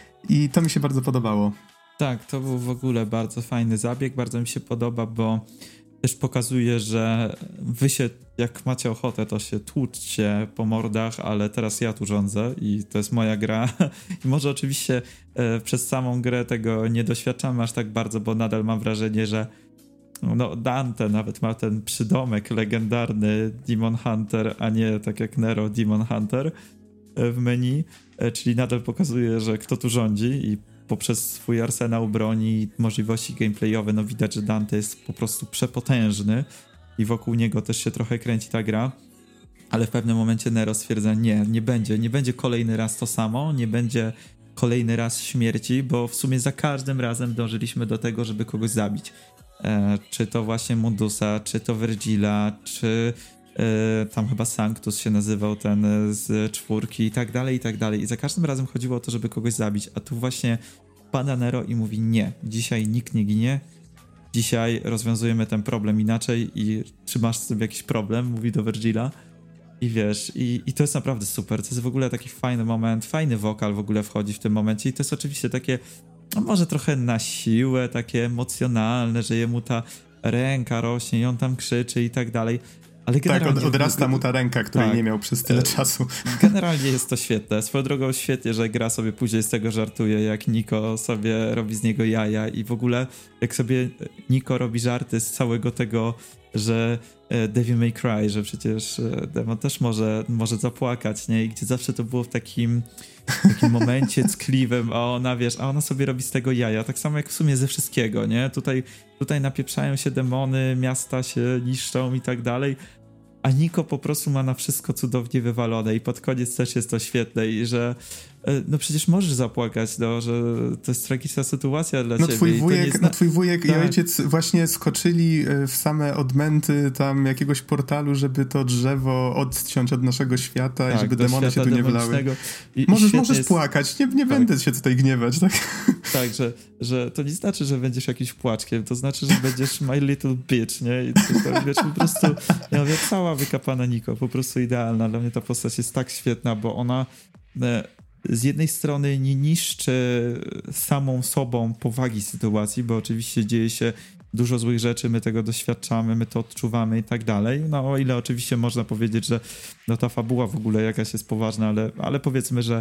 I to mi się bardzo podobało. Tak, to był w ogóle bardzo fajny zabieg. Bardzo mi się podoba, bo też pokazuje, że wy się, jak macie ochotę, to się tłuczcie po mordach, ale teraz ja tu rządzę i to jest moja gra. I może oczywiście przez samą grę tego nie doświadczamy aż tak bardzo, bo nadal mam wrażenie, że no Dante nawet ma ten przydomek legendarny Demon Hunter, a nie tak jak Nero Demon Hunter w menu, czyli nadal pokazuje, że kto tu rządzi i poprzez swój arsenał broni i możliwości gameplayowe, no widać, że Dante jest po prostu przepotężny i wokół niego też się trochę kręci ta gra, ale w pewnym momencie Nero stwierdza, nie będzie kolejny raz to samo, nie będzie kolejny raz śmierci, bo w sumie za każdym razem dążyliśmy do tego, żeby kogoś zabić. Czy to właśnie Mundusa, czy to Vergila, czy tam chyba Sanctus się nazywał, ten z 4 i tak dalej, i tak dalej. I za każdym razem chodziło o to, żeby kogoś zabić, a tu właśnie pada Nero i mówi nie, dzisiaj nikt nie ginie, dzisiaj rozwiązujemy ten problem inaczej i czy masz z tym jakiś problem, mówi do Vergila i wiesz, i to jest naprawdę super, to jest w ogóle taki fajny moment, fajny wokal w ogóle wchodzi w tym momencie i to jest oczywiście takie, no może trochę na siłę, takie emocjonalne, że jemu ta ręka rośnie i on tam krzyczy i tak dalej. Ale tak, odrasta mu ta ręka, której nie miał przez tyle czasu. Generalnie jest to świetne. Swoją drogą świetnie, że gra sobie później z tego żartuje, jak Niko sobie robi z niego jaja i w ogóle jak sobie Niko robi żarty z całego tego, że Devil May Cry, że przecież demon też może zapłakać, nie? I gdzie zawsze to było w takim momencie ckliwym, a ona sobie robi z tego jaja, tak samo jak w sumie ze wszystkiego, nie? Tutaj napieprzają się demony, miasta się niszczą i tak dalej, a Niko po prostu ma na wszystko cudownie wywalone i pod koniec też jest to świetne i że no przecież możesz zapłakać, no, że to jest tragiczna sytuacja dla ciebie. Twój wujek i ojciec właśnie skoczyli w same odmęty tam jakiegoś portalu, żeby to drzewo odciąć od naszego świata i żeby demony się tu nie wlały. Możesz płakać, nie będę się tutaj gniewać, tak? Tak, że to nie znaczy, że będziesz jakimś płaczkiem, to znaczy, że będziesz my little bitch, nie? I to, wiesz, po prostu, ja mówię, cała wykapana Niko, po prostu idealna. Dla mnie ta postać jest tak świetna, bo ona z jednej strony nie niszczy samą sobą powagi sytuacji, bo oczywiście dzieje się dużo złych rzeczy, my tego doświadczamy, my to odczuwamy i tak dalej. No o ile oczywiście można powiedzieć, że no ta fabuła w ogóle jakaś jest poważna, ale powiedzmy, że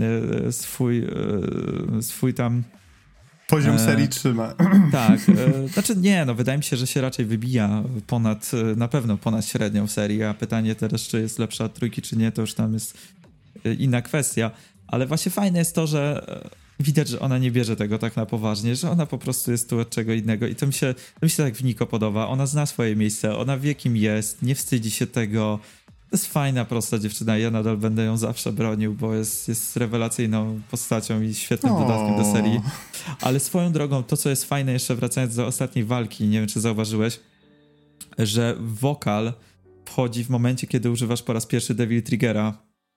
swój tam poziom serii trzyma. Tak, znaczy nie, no wydaje mi się, że się raczej wybija na pewno ponad średnią serię, a pytanie teraz, czy jest lepsza od trójki, czy nie, to już tam jest inna kwestia, ale właśnie fajne jest to, że widać, że ona nie bierze tego tak na poważnie, że ona po prostu jest tu od czego innego i to mi się tak w Niko podoba. Ona zna swoje miejsce, ona wie kim jest, nie wstydzi się tego. To jest fajna, prosta dziewczyna. Ja nadal będę ją zawsze bronił, bo jest rewelacyjną postacią i świetnym dodatkiem do serii. Ale swoją drogą, to co jest fajne, jeszcze wracając do ostatniej walki, nie wiem czy zauważyłeś, że wokal wchodzi w momencie, kiedy używasz po raz pierwszy Devil Triggera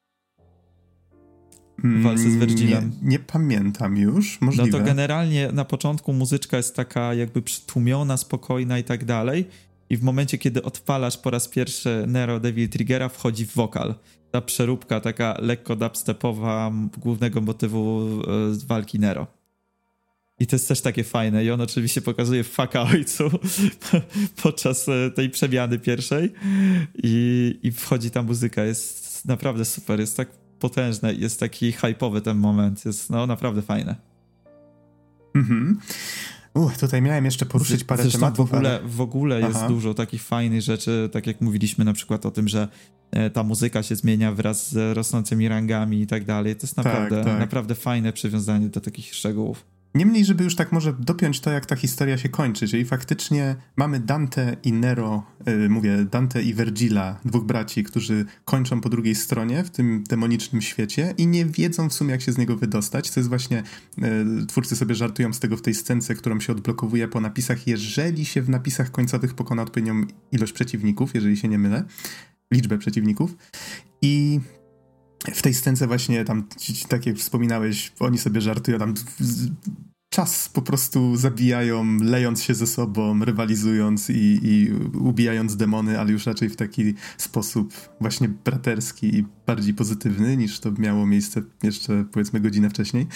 w walce z Vergilem. Nie pamiętam już, możliwe. No to generalnie na początku muzyczka jest taka jakby przytłumiona, spokojna i tak dalej i w momencie, kiedy odpalasz po raz pierwszy Nero Devil Triggera, wchodzi w wokal. Ta przeróbka taka lekko dubstepowa głównego motywu z walki Nero. I to jest też takie fajne i on oczywiście pokazuje fucka ojcu podczas tej przemiany pierwszej i wchodzi ta muzyka, jest naprawdę super, jest tak potężne, jest taki hype'owy ten moment, jest no naprawdę fajne. Tutaj miałem jeszcze poruszyć parę Zresztą tematów, w ogóle jest dużo takich fajnych rzeczy, tak jak mówiliśmy na przykład o tym, że ta muzyka się zmienia wraz z rosnącymi rangami i tak dalej. To jest naprawdę fajne przywiązanie do takich szczegółów. Niemniej, żeby już tak może dopiąć to, jak ta historia się kończy, czyli faktycznie mamy Dante i Nero, Dante i Vergila, dwóch braci, którzy kończą po drugiej stronie w tym demonicznym świecie i nie wiedzą w sumie, jak się z niego wydostać, co jest właśnie, twórcy sobie żartują z tego w tej scence, którą się odblokowuje po napisach, jeżeli się w napisach końcowych pokona odpowiednią ilość przeciwników, jeżeli się nie mylę, liczbę przeciwników i w tej scence właśnie tam, tak jak wspominałeś, oni sobie żartują, tam czas po prostu zabijają, lejąc się ze sobą, rywalizując i ubijając demony, ale już raczej w taki sposób właśnie braterski i bardziej pozytywny, niż to miało miejsce jeszcze powiedzmy godzinę wcześniej.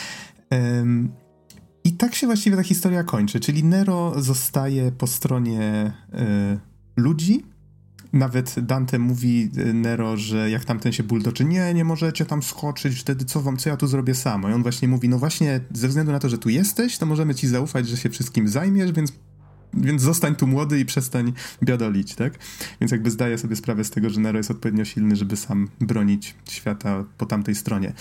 I tak się właściwie ta historia kończy, czyli Nero zostaje po stronie ludzi. Nawet Dante mówi Nero, że jak tamten się buldoczy, nie możecie tam skoczyć, wtedy co ja tu zrobię sam? I on właśnie mówi, no właśnie ze względu na to, że tu jesteś, to możemy ci zaufać, że się wszystkim zajmiesz, więc zostań tu młody i przestań biadolić, tak? Więc jakby zdaje sobie sprawę z tego, że Nero jest odpowiednio silny, żeby sam bronić świata po tamtej stronie.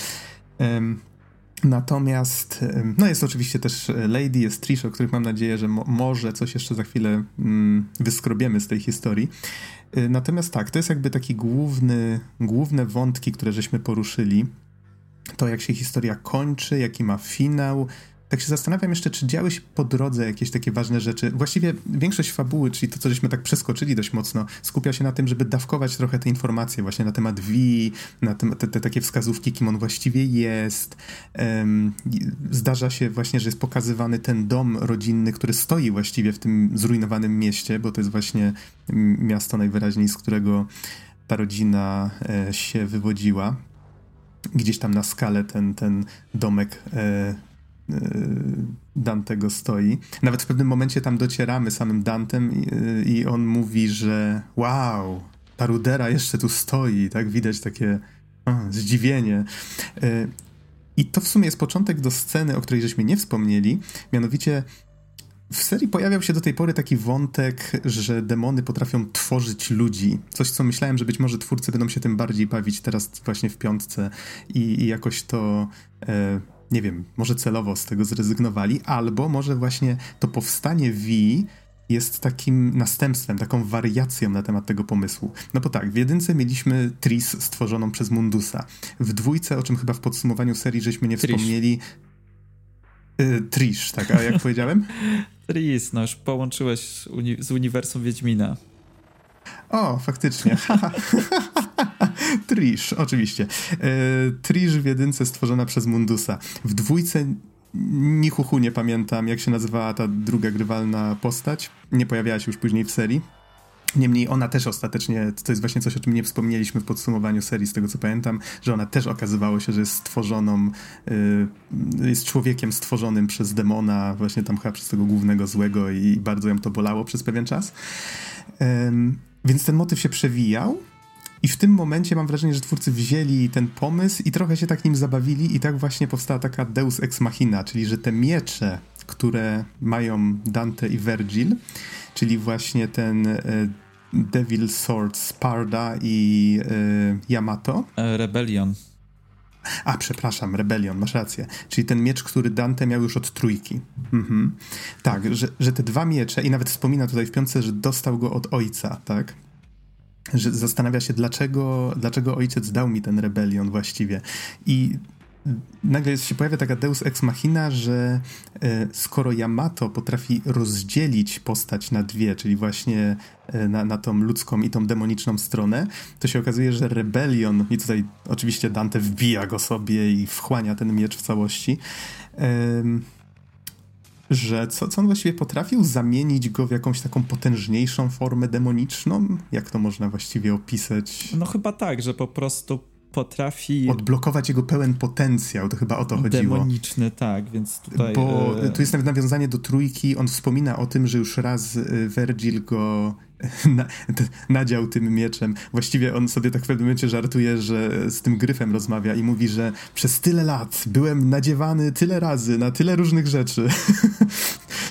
Natomiast, no jest oczywiście też Lady, jest Trish, o których mam nadzieję, że może coś jeszcze za chwilę wyskrobiemy z tej historii. Natomiast tak, to jest jakby taki główne wątki, które żeśmy poruszyli. To, jak się historia kończy, jaki ma finał. Tak się zastanawiam jeszcze, czy działy się po drodze jakieś takie ważne rzeczy. Właściwie większość fabuły, czyli to, co żeśmy tak przeskoczyli dość mocno, skupia się na tym, żeby dawkować trochę te informacje właśnie na temat V, na te takie wskazówki, kim on właściwie jest. Zdarza się właśnie, że jest pokazywany ten dom rodzinny, który stoi właściwie w tym zrujnowanym mieście, bo to jest właśnie miasto najwyraźniej, z którego ta rodzina się wywodziła. Gdzieś tam na skale ten domek Dantego stoi. Nawet w pewnym momencie tam docieramy samym Dantem i on mówi, że wow, ta rudera jeszcze tu stoi, tak? Widać takie zdziwienie. I to w sumie jest początek do sceny, o której żeśmy nie wspomnieli, mianowicie w serii pojawiał się do tej pory taki wątek, że demony potrafią tworzyć ludzi. Coś, co myślałem, że być może twórcy będą się tym bardziej bawić teraz właśnie w 5 i jakoś to nie wiem, może celowo z tego zrezygnowali, albo może właśnie to powstanie V jest takim następstwem, taką wariacją na temat tego pomysłu. No bo tak, w 1 mieliśmy Triss stworzoną przez Mundusa. W 2, o czym chyba w podsumowaniu serii żeśmy nie wspomnieli... Trish, tak, a jak powiedziałem? Triss, no już połączyłeś z uniwersum Wiedźmina. O, faktycznie. Trish, oczywiście. Trish w 1 stworzona przez Mundusa. W 2 ni chuchu nie pamiętam, jak się nazywała ta druga grywalna postać. Nie pojawiała się już później w serii. Niemniej ona też ostatecznie, to jest właśnie coś, o czym nie wspomnieliśmy w podsumowaniu serii, z tego co pamiętam, że ona też okazywało się, że jest stworzoną, jest człowiekiem stworzonym przez demona, właśnie tam chyba przez tego głównego złego i bardzo ją to bolało przez pewien czas. Więc ten motyw się przewijał i w tym momencie mam wrażenie, że twórcy wzięli ten pomysł i trochę się tak nim zabawili i tak właśnie powstała taka Deus Ex Machina, czyli że te miecze, które mają Dante i Vergil, czyli właśnie ten Devil Sword Sparda i Yamato. Rebellion. A, przepraszam, Rebellion, masz rację. Czyli ten miecz, który Dante miał już od 3. Mhm. Tak, że te 2 miecze, i nawet wspomina tutaj w 5, że dostał go od ojca, tak? Że zastanawia się, dlaczego ojciec dał mi ten Rebellion właściwie. I nagle się pojawia taka Deus Ex Machina, że skoro Yamato potrafi rozdzielić postać na 2, czyli właśnie na tą ludzką i tą demoniczną stronę, to się okazuje, że Rebellion, i tutaj oczywiście Dante wbija go sobie i wchłania ten miecz w całości, że co on właściwie potrafił? Zamienić go w jakąś taką potężniejszą formę demoniczną? Jak to można właściwie opisać? No chyba tak, że po prostu potrafi... Odblokować jego pełen potencjał, to chyba o to chodziło. Demoniczny, tak, więc tutaj... Bo tu jest nawet nawiązanie do 3, on wspomina o tym, że już raz Vergil go nadział tym mieczem. Właściwie on sobie tak w pewnym momencie żartuje, że z tym gryfem rozmawia i mówi, że przez tyle lat byłem nadziewany tyle razy na tyle różnych rzeczy.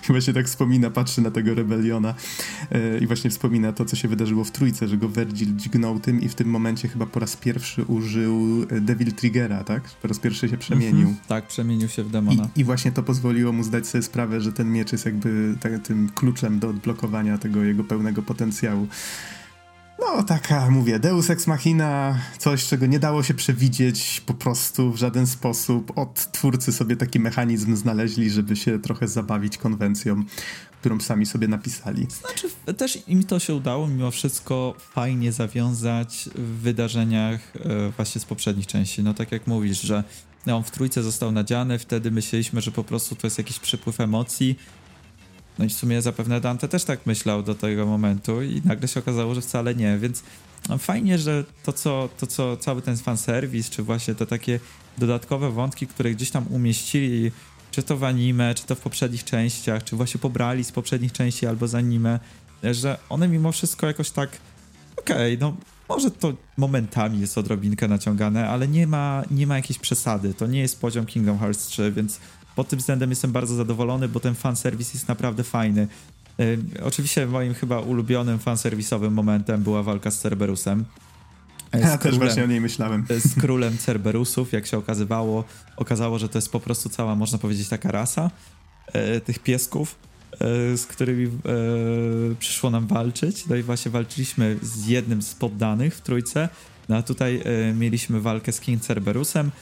I właśnie tak wspomina, patrzy na tego Rebeliona i właśnie wspomina to, co się wydarzyło w trójce, że go Vergil dźgnął tym i w tym momencie chyba po raz pierwszy użył Devil Triggera, tak? Po raz pierwszy się przemienił. Tak, przemienił się w demona. I właśnie to pozwoliło mu zdać sobie sprawę, że ten miecz jest jakby tym kluczem do odblokowania tego jego pełnego potencjału. No taka, mówię, Deus Ex Machina, coś, czego nie dało się przewidzieć po prostu w żaden sposób. Twórcy sobie taki mechanizm znaleźli, żeby się trochę zabawić konwencją, którą sami sobie napisali. Znaczy, też im to się udało mimo wszystko fajnie zawiązać w wydarzeniach właśnie z poprzednich części. No tak jak mówisz, że on w trójce został nadziany, wtedy myśleliśmy, że po prostu to jest jakiś przypływ emocji. No i w sumie zapewne Dante też tak myślał do tego momentu i nagle się okazało, że wcale nie, więc fajnie, że to co cały ten fanserwis, czy właśnie te takie dodatkowe wątki, które gdzieś tam umieścili, czy to w anime, czy to w poprzednich częściach, czy właśnie pobrali z poprzednich części albo z anime, że one mimo wszystko jakoś tak okej, no może to momentami jest odrobinkę naciągane, ale nie ma jakiejś przesady, to nie jest poziom Kingdom Hearts 3, więc pod tym względem jestem bardzo zadowolony, bo ten fanserwis jest naprawdę fajny. Oczywiście moim chyba ulubionym fanserwisowym momentem była walka z Cerberusem. Ja też właśnie o niej myślałem. Z królem Cerberusów, jak się okazało, że to jest po prostu cała, można powiedzieć, taka rasa tych piesków, z którymi przyszło nam walczyć. No i właśnie walczyliśmy z jednym z poddanych w trójce, no a tutaj mieliśmy walkę z King Cerberusem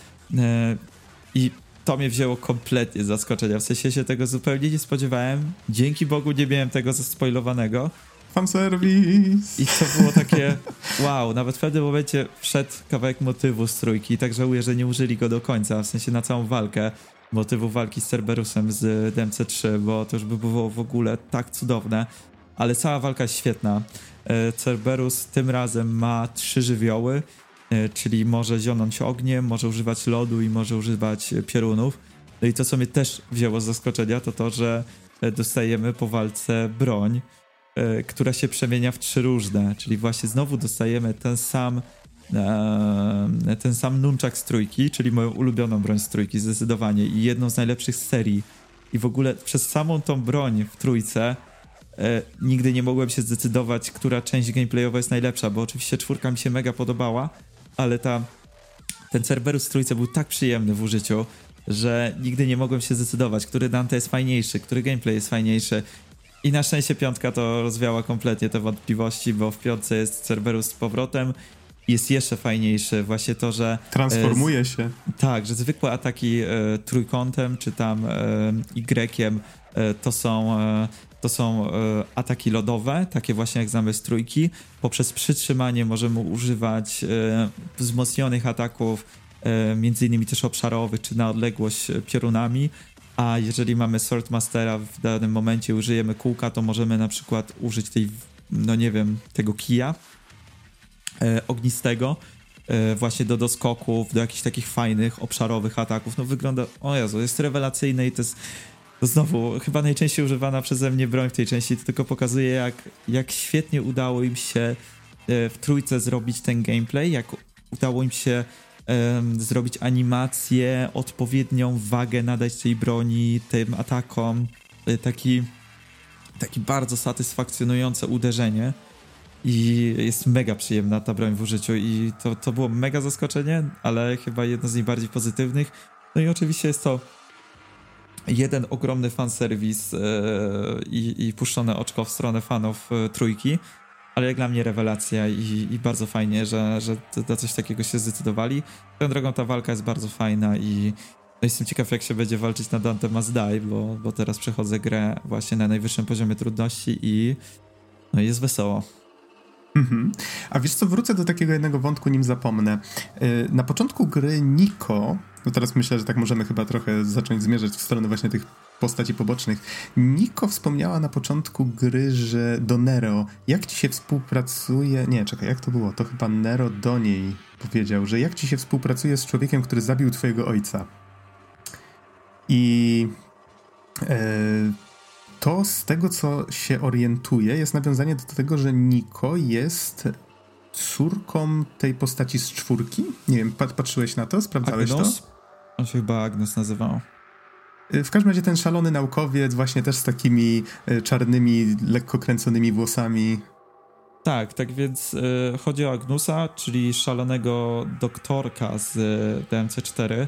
i to mnie wzięło kompletnie z zaskoczenia, w sensie się tego zupełnie nie spodziewałem. Dzięki Bogu nie miałem tego zaspoilowanego. Fanserwis! I to było takie, wow, nawet w pewnym momencie wszedł kawałek motywu z trójki, tak żałuję, że nie użyli go do końca, w sensie na całą walkę, motywu walki z Cerberusem z DMC3, bo to już by było w ogóle tak cudowne, ale cała walka jest świetna. Cerberus tym razem ma 3 żywioły, czyli może zionąć ogniem, może używać lodu i może używać piorunów. No i to, co mnie też wzięło z zaskoczenia, to to, że dostajemy po walce broń, która się przemienia w 3 różne, czyli właśnie znowu dostajemy ten sam nunchak z trójki, czyli moją ulubioną broń z trójki zdecydowanie i jedną z najlepszych z serii. I w ogóle przez samą tą broń w trójce nigdy nie mogłem się zdecydować, która część gameplayowa jest najlepsza, bo oczywiście 4 mi się mega podobała, ale ten Cerberus w trójce był tak przyjemny w użyciu, że nigdy nie mogłem się zdecydować, który Dante jest fajniejszy, który gameplay jest fajniejszy. I na szczęście 5 to rozwiała kompletnie te wątpliwości, bo w 5 jest Cerberus z powrotem i jest jeszcze fajniejszy. Właśnie to, że... Transformuje się. Tak, że zwykłe ataki trójkątem czy tam Y to są ataki lodowe, takie właśnie jak znamy z trójki. Poprzez przytrzymanie możemy używać wzmocnionych ataków, między innymi też obszarowych, czy na odległość piorunami. A jeżeli mamy Swordmastera w danym momencie, użyjemy kółka, to możemy na przykład użyć tego kija ognistego właśnie do doskoków, do jakichś takich fajnych, obszarowych ataków. No wygląda, o Jezu, jest rewelacyjne i to znowu chyba najczęściej używana przeze mnie broń w tej części, to tylko pokazuje, jak świetnie udało im się w trójce zrobić ten gameplay, jak udało im się zrobić animację, odpowiednią wagę nadać tej broni, tym atakom, taki bardzo satysfakcjonujące uderzenie i jest mega przyjemna ta broń w użyciu i to było mega zaskoczenie, ale chyba jedno z najbardziej pozytywnych. No i oczywiście jest to jeden ogromny fanserwis i puszczone oczko w stronę fanów trójki, ale jak dla mnie rewelacja i bardzo fajnie, że na coś takiego się zdecydowali. Tą drogą ta walka jest bardzo fajna i jestem ciekaw, jak się będzie walczyć na Dante Must Die, bo teraz przechodzę grę właśnie na najwyższym poziomie trudności i jest wesoło. Mhm. A wiesz co, wrócę do takiego jednego wątku, nim zapomnę. Na początku gry Niko, no teraz myślę, że tak możemy chyba trochę zacząć zmierzać w stronę właśnie tych postaci pobocznych. Niko wspomniała na początku gry, że do Nero, jak ci się współpracuje... Nie, czekaj, jak to było? To chyba Nero do niej powiedział, że jak ci się współpracuje z człowiekiem, który zabił twojego ojca. I... to z tego, co się orientuje, jest nawiązanie do tego, że Niko jest córką tej postaci z 4. Nie wiem, patrzyłeś na to? Sprawdzałeś Agnos? to? On się chyba Agnes nazywał. W każdym razie ten szalony naukowiec właśnie też z takimi czarnymi, lekko kręconymi włosami. Tak więc chodzi o Agnusa, czyli szalonego doktorka z DMC4.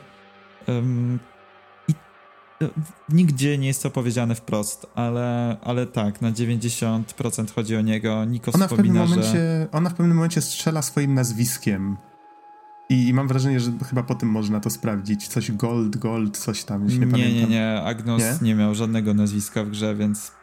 Nigdzie nie jest to powiedziane wprost, ale tak, na 90% chodzi o niego. Niko wspomina, że... Ona w pewnym momencie strzela swoim nazwiskiem. I mam wrażenie, że chyba po tym można to sprawdzić. Coś Gold, coś tam, już nie pamiętam. Nie. Agnos nie miał żadnego nazwiska w grze, więc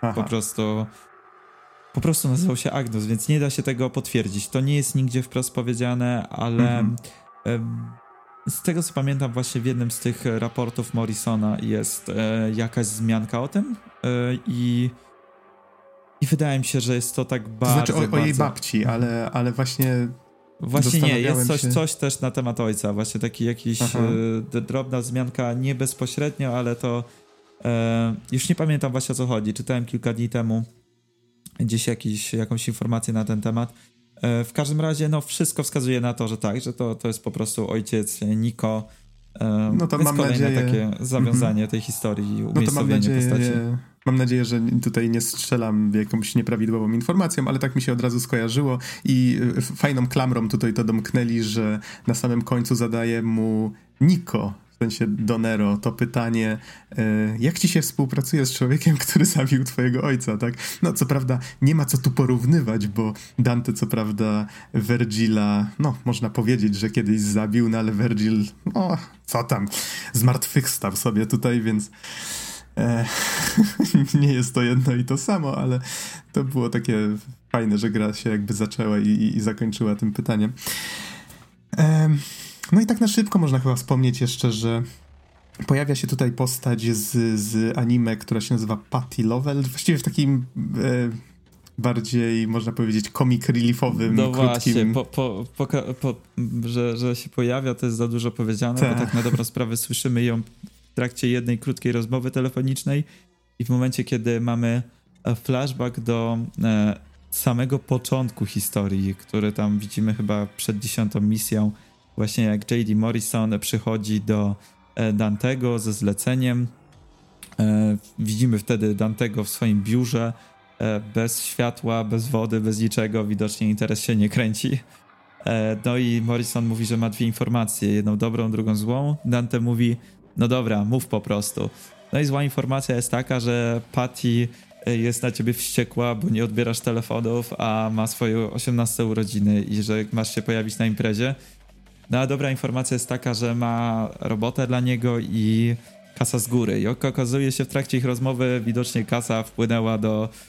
po prostu nazywał się Agnos, więc nie da się tego potwierdzić. To nie jest nigdzie wprost powiedziane, ale z tego, co pamiętam, właśnie w jednym z tych raportów Morrisona jest jakaś wzmianka o tym i wydaje mi się, że jest to tak bardzo... To znaczy o jej babci, ale właśnie... Właśnie nie, jest coś też na temat ojca, właśnie taki jakiś drobna wzmianka, nie bezpośrednio, ale to już nie pamiętam właśnie, o co chodzi. Czytałem kilka dni temu gdzieś jakąś informację na ten temat. W każdym razie wszystko wskazuje na to, że tak, że to jest po prostu ojciec Niko. No to więc mam kolejne nadzieję... takie zawiązanie tej historii, umiejscowienie postaci. Mam nadzieję, że tutaj nie strzelam jakąś nieprawidłową informacją, ale tak mi się od razu skojarzyło i fajną klamrą tutaj to domknęli, że na samym końcu zadaje mu Niko, w sensie Donero, to pytanie, jak ci się współpracuje z człowiekiem, który zabił twojego ojca, tak? No co prawda nie ma co tu porównywać, bo Dante co prawda Vergila, można powiedzieć, że kiedyś zabił, ale Vergil, co tam, zmartwychwstał sobie tutaj, więc nie jest to jedno i to samo, ale to było takie fajne, że gra się jakby zaczęła i zakończyła tym pytaniem. No i tak na szybko można chyba wspomnieć jeszcze, że pojawia się tutaj postać z anime, która się nazywa Patty Lovell, właściwie w takim bardziej, można powiedzieć, comic reliefowym, krótkim... że się pojawia, to jest za dużo powiedziane, bo tak na dobrą sprawę słyszymy ją w trakcie jednej krótkiej rozmowy telefonicznej i w momencie, kiedy mamy flashback do samego początku historii, który tam widzimy chyba przed 10. misją, właśnie jak J.D. Morrison przychodzi do Dantego ze zleceniem. Widzimy wtedy Dantego w swoim biurze, bez światła, bez wody, bez niczego, widocznie interes się nie kręci. No i Morrison mówi, że ma dwie informacje, jedną dobrą, drugą złą. Dante mówi, no dobra, mów po prostu. No i zła informacja jest taka, że Patty jest na ciebie wściekła, bo nie odbierasz telefonów, a ma swoje 18 urodziny i że masz się pojawić na imprezie. No a dobra informacja jest taka, że ma robotę dla niego i kasa z góry. I okazuje się w trakcie ich rozmowy, widocznie kasa wpłynęła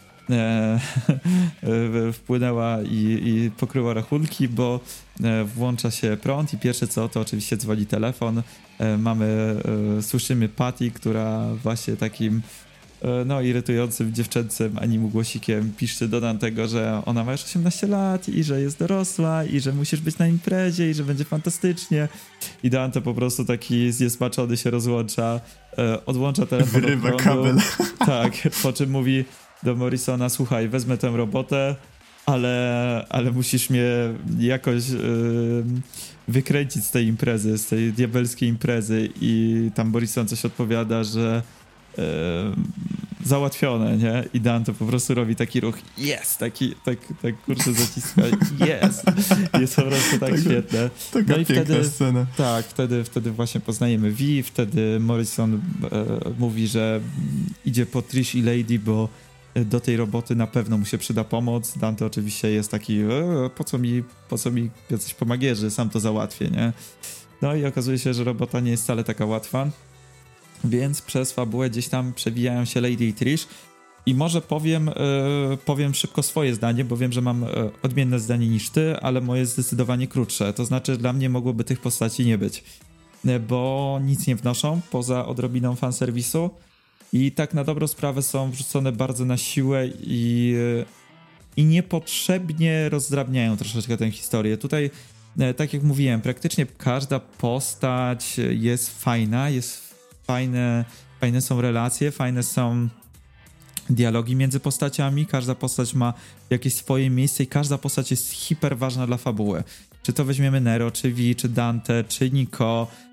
wpłynęła i pokryła rachunki, bo włącza się prąd i pierwsze co, to oczywiście dzwoni telefon. Słyszymy Patty, która właśnie takim irytującym dziewczęcym animu głosikiem piszczy do Dantego, że ona ma już 18 lat i że jest dorosła i że musisz być na imprezie i że będzie fantastycznie. I Dante po prostu taki zniesmaczony się rozłącza, odłącza telefon. Wyrywa kabel. Tak, po czym mówi do Morrisona, słuchaj, wezmę tę robotę, ale musisz mnie jakoś wykręcić z tej imprezy, z tej diabelskiej imprezy. I tam Morrison coś odpowiada, że załatwione, nie? I Dante po prostu robi taki ruch, yes! Tak kurczę zaciska, yes! Jest po prostu tak świetne. Taka no i piękna scena. Tak, wtedy właśnie poznajemy Vi, wtedy Morrison mówi, że idzie po Trish i Lady, bo do tej roboty na pewno mu się przyda pomoc. Dante oczywiście jest taki, po co mi jacyś pomagierzy, sam to załatwię, nie? No i okazuje się, że robota nie jest wcale taka łatwa. Więc przez fabułę gdzieś tam przewijają się Lady i Trish i może powiem szybko swoje zdanie, bo wiem, że mam odmienne zdanie niż ty, ale moje jest zdecydowanie krótsze. To znaczy dla mnie mogłoby tych postaci nie być, bo nic nie wnoszą poza odrobiną fanserwisu i tak na dobrą sprawę są wrzucone bardzo na siłę i niepotrzebnie rozdrabniają troszeczkę tę historię. Tutaj, tak jak mówiłem, praktycznie każda postać jest fajna, fajne są relacje, fajne są dialogi między postaciami, każda postać ma jakieś swoje miejsce i każda postać jest hiper ważna dla fabuły. Czy to weźmiemy Nero, czy Vi, czy Dante, czy Niko,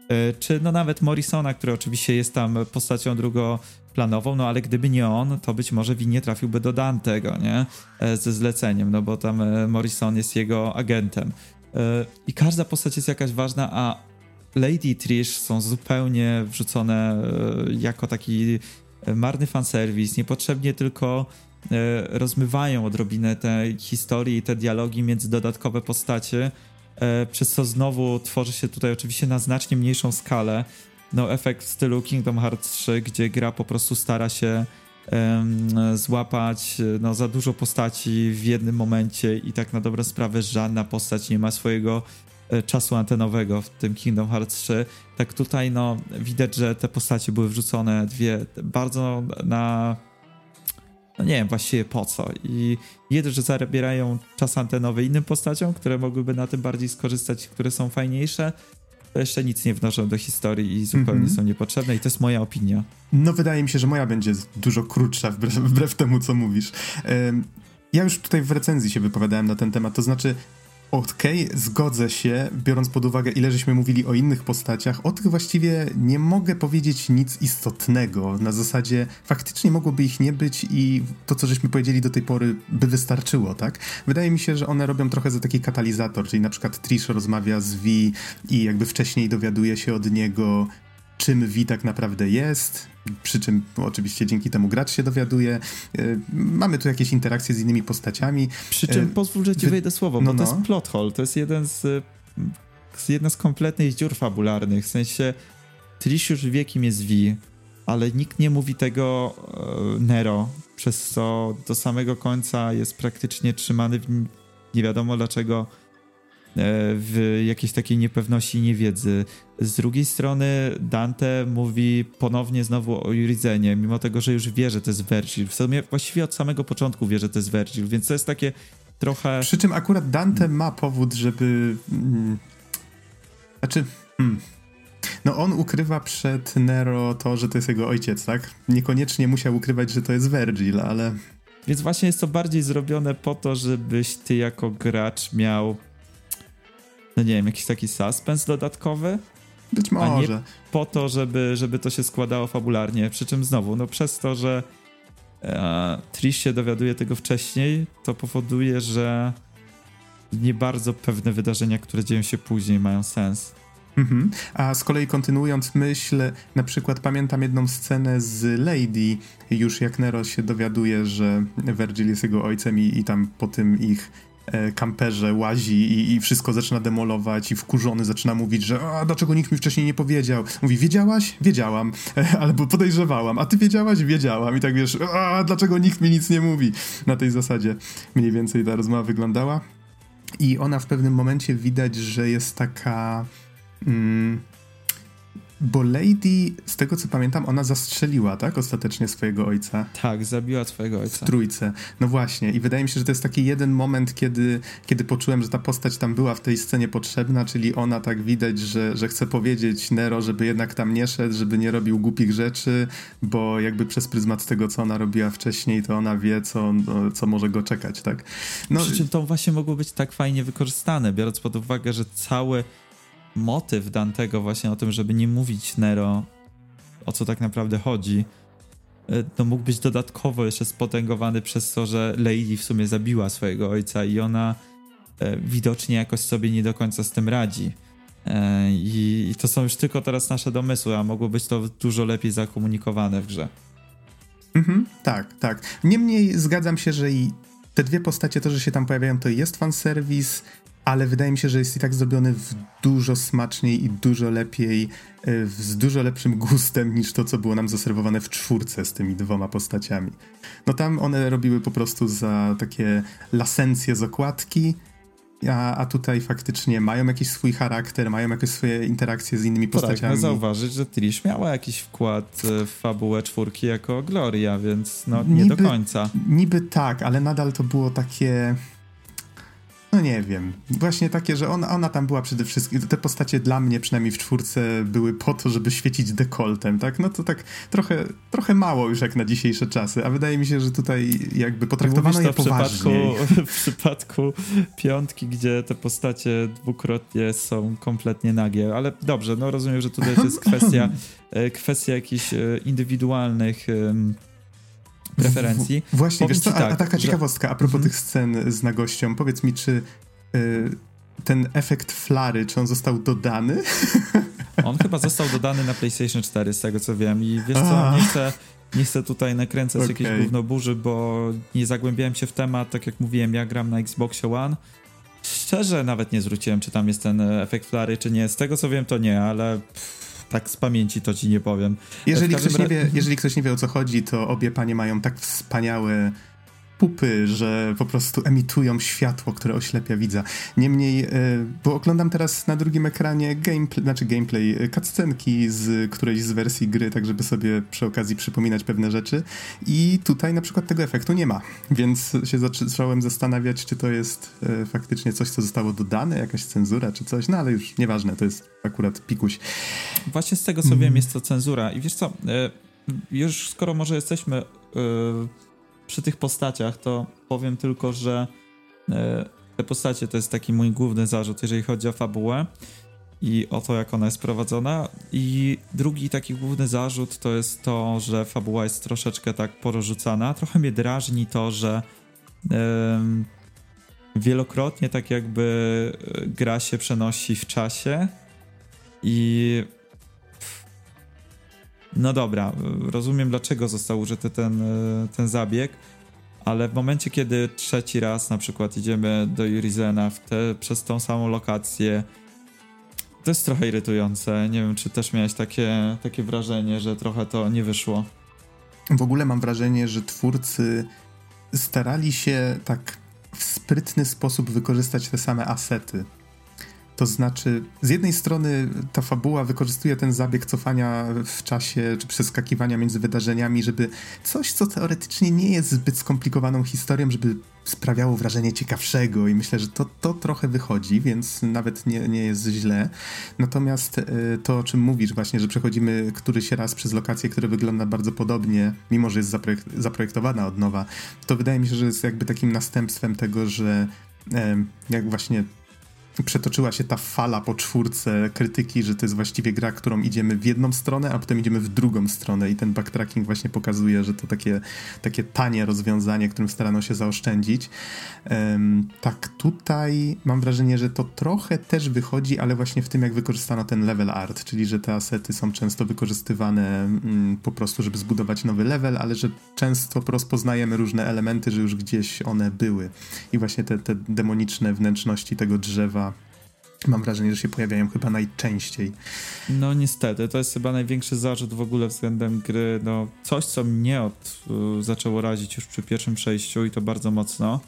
czy no nawet Morrisona, który oczywiście jest tam postacią drugoplanową, no ale gdyby nie on, to być może Vin nie trafiłby do Dantego, nie? Ze zleceniem, no bo tam Morrison jest jego agentem. I każda postać jest jakaś ważna, a Lady i Trish są zupełnie wrzucone jako taki marny fanserwis, niepotrzebnie tylko rozmywają odrobinę te historii i te dialogi między dodatkowe postacie, przez co znowu tworzy się tutaj oczywiście na znacznie mniejszą skalę no efekt w stylu Kingdom Hearts 3, gdzie gra po prostu stara się złapać no, za dużo postaci w jednym momencie i tak na dobrą sprawę żadna postać nie ma swojego czasu antenowego w tym Kingdom Hearts 3. Tak tutaj no widać, że te postacie były wrzucone dwie bardzo na no nie wiem właściwie po co i jedno, że zabierają czas antenowy innym postaciom, które mogłyby na tym bardziej skorzystać, które są fajniejsze, to jeszcze nic nie wnoszą do historii i zupełnie są niepotrzebne i to jest moja opinia. No wydaje mi się, że moja będzie dużo krótsza wbrew temu, co mówisz. Ja już tutaj w recenzji się wypowiadałem na ten temat, to znaczy okej, zgodzę się, biorąc pod uwagę, ile żeśmy mówili o innych postaciach, o tych właściwie nie mogę powiedzieć nic istotnego. Na zasadzie faktycznie mogłoby ich nie być i to, co żeśmy powiedzieli do tej pory, by wystarczyło, tak? Wydaje mi się, że one robią trochę za taki katalizator, czyli na przykład Trish rozmawia z Vi i jakby wcześniej dowiaduje się od niego, czym Vi tak naprawdę jest, przy czym oczywiście dzięki temu gracz się dowiaduje. Mamy tu jakieś interakcje z innymi postaciami. Przy czym pozwól, że ci wejdę słowo, bo to jest plot hole, to jest jedna z kompletnych dziur fabularnych, w sensie Trish już wie, kim jest Vi, ale nikt nie mówi tego Nero, przez co do samego końca jest praktycznie trzymany w nie wiadomo dlaczego w jakiejś takiej niepewności i niewiedzy. Z drugiej strony Dante mówi ponownie znowu o Jurizenie, mimo tego, że już wie, że to jest Vergil. W sumie właściwie od samego początku wie, że to jest Vergil, więc to jest takie trochę... Przy czym akurat Dante ma powód, żeby... No on ukrywa przed Nero to, że to jest jego ojciec, tak? Niekoniecznie musiał ukrywać, że to jest Vergil, ale... Więc właśnie jest to bardziej zrobione po to, żebyś ty jako gracz miał no nie wiem, jakiś taki suspens dodatkowy? Być może. A nie po to, żeby to się składało fabularnie. Przy czym znowu, no przez to, że Trish się dowiaduje tego wcześniej, to powoduje, że nie bardzo pewne wydarzenia, które dzieją się później, mają sens. A z kolei kontynuując myśl, na przykład pamiętam jedną scenę z Lady, już jak Nero się dowiaduje, że Vergil jest jego ojcem i tam po tym ich kamperze łazi i wszystko zaczyna demolować i wkurzony zaczyna mówić, że dlaczego nikt mi wcześniej nie powiedział? Mówi, wiedziałaś? Wiedziałam. Albo podejrzewałam. A ty wiedziałaś? Wiedziałam. I tak wiesz, dlaczego nikt mi nic nie mówi? Na tej zasadzie mniej więcej ta rozmowa wyglądała. I ona w pewnym momencie widać, że jest taka... Bo Lady, z tego co pamiętam, ona zastrzeliła, tak? Ostatecznie swojego ojca. Tak, zabiła swojego ojca. W trójce. No właśnie. I wydaje mi się, że to jest taki jeden moment, kiedy poczułem, że ta postać tam była w tej scenie potrzebna, czyli ona tak widać, że chce powiedzieć Nero, żeby jednak tam nie szedł, żeby nie robił głupich rzeczy, bo jakby przez pryzmat tego, co ona robiła wcześniej, to ona wie, co może go czekać, tak? No, przy czym to właśnie mogło być tak fajnie wykorzystane, biorąc pod uwagę, że cały motyw Dantego właśnie o tym, żeby nie mówić Nero, o co tak naprawdę chodzi, to mógł być dodatkowo jeszcze spotęgowany przez to, że Lady w sumie zabiła swojego ojca i ona widocznie jakoś sobie nie do końca z tym radzi. I to są już tylko teraz nasze domysły, a mogło być to dużo lepiej zakomunikowane w grze. Tak. Niemniej zgadzam się, że i te dwie postacie, to, że się tam pojawiają, to jest fanserwis, ale wydaje mi się, że jest i tak zrobiony w dużo smaczniej i dużo lepiej, z dużo lepszym gustem niż to, co było nam zaserwowane w czwórce z tymi dwoma postaciami. No tam one robiły po prostu za takie lasencje z okładki, a tutaj faktycznie mają jakiś swój charakter, mają jakieś swoje interakcje z innymi postaciami. Pragnę zauważyć, że Trish miała jakiś wkład w fabułę czwórki jako Gloria, więc no nie do końca. Niby tak, ale nadal to było takie... no nie wiem, właśnie takie, że ona tam była przede wszystkim, te postacie dla mnie przynajmniej w 4 były po to, żeby świecić dekoltem, tak? No to tak trochę mało już jak na dzisiejsze czasy, a wydaje mi się, że tutaj jakby potraktowano je poważniej. W przypadku 5, gdzie te postacie dwukrotnie są kompletnie nagie, ale dobrze, no rozumiem, że tutaj to jest kwestia jakichś indywidualnych preferencji. Właśnie, wiesz co, tak, a taka ciekawostka a propos tych scen z nagością, powiedz mi, czy ten efekt flary, czy on został dodany? On chyba został dodany na PlayStation 4, z tego co wiem, i wiesz co, nie chcę tutaj nakręcać jakiejś gównoburzy, bo nie zagłębiałem się w temat, tak jak mówiłem, ja gram na Xboxie One. Szczerze nawet nie zwróciłem, czy tam jest ten efekt flary, czy nie. Z tego co wiem, to nie, ale tak z pamięci to ci nie powiem. Jeżeli ktoś nie wie, o co chodzi, to obie panie mają tak wspaniałe pupy, że po prostu emitują światło, które oślepia widza. Niemniej, bo oglądam teraz na drugim ekranie gameplay, cutscenki z którejś z wersji gry, tak żeby sobie przy okazji przypominać pewne rzeczy i tutaj na przykład tego efektu nie ma, więc się zacząłem zastanawiać, czy to jest faktycznie coś, co zostało dodane, jakaś cenzura czy coś, no ale już nieważne, to jest akurat pikuś. Właśnie z tego co wiem, jest to cenzura i wiesz co, już skoro może jesteśmy przy tych postaciach, to powiem tylko, że te postacie to jest taki mój główny zarzut, jeżeli chodzi o fabułę i o to, jak ona jest prowadzona. I drugi taki główny zarzut to jest to, że fabuła jest troszeczkę tak porozrzucana. Trochę mnie drażni to, że wielokrotnie tak jakby gra się przenosi w czasie i no dobra, rozumiem, dlaczego został użyty ten zabieg, ale w momencie, kiedy 3 raz na przykład idziemy do Urizena przez tą samą lokację, to jest trochę irytujące. Nie wiem, czy też miałeś takie wrażenie, że trochę to nie wyszło. W ogóle mam wrażenie, że twórcy starali się tak w sprytny sposób wykorzystać te same asety. To znaczy, z jednej strony ta fabuła wykorzystuje ten zabieg cofania w czasie, czy przeskakiwania między wydarzeniami, żeby coś, co teoretycznie nie jest zbyt skomplikowaną historią, żeby sprawiało wrażenie ciekawszego i myślę, że to trochę wychodzi, więc nawet nie jest źle. Natomiast to, o czym mówisz właśnie, że przechodzimy któryś raz przez lokację, która wygląda bardzo podobnie, mimo że jest zaprojektowana od nowa, to wydaje mi się, że jest jakby takim następstwem tego, że jak właśnie przetoczyła się ta fala po 4 krytyki, że to jest właściwie gra, którą idziemy w jedną stronę, a potem idziemy w drugą stronę i ten backtracking właśnie pokazuje, że to takie tanie rozwiązanie, którym starano się zaoszczędzić. Tak tutaj mam wrażenie, że to trochę też wychodzi, ale właśnie w tym, jak wykorzystano ten level art, czyli że te asety są często wykorzystywane po prostu, żeby zbudować nowy level, ale że często rozpoznajemy różne elementy, że już gdzieś one były. I właśnie te demoniczne wnętrzności tego drzewa mam wrażenie, że się pojawiają chyba najczęściej. No niestety, to jest chyba największy zarzut w ogóle względem gry. No coś, co mnie zaczęło razić już przy pierwszym przejściu i to bardzo mocno.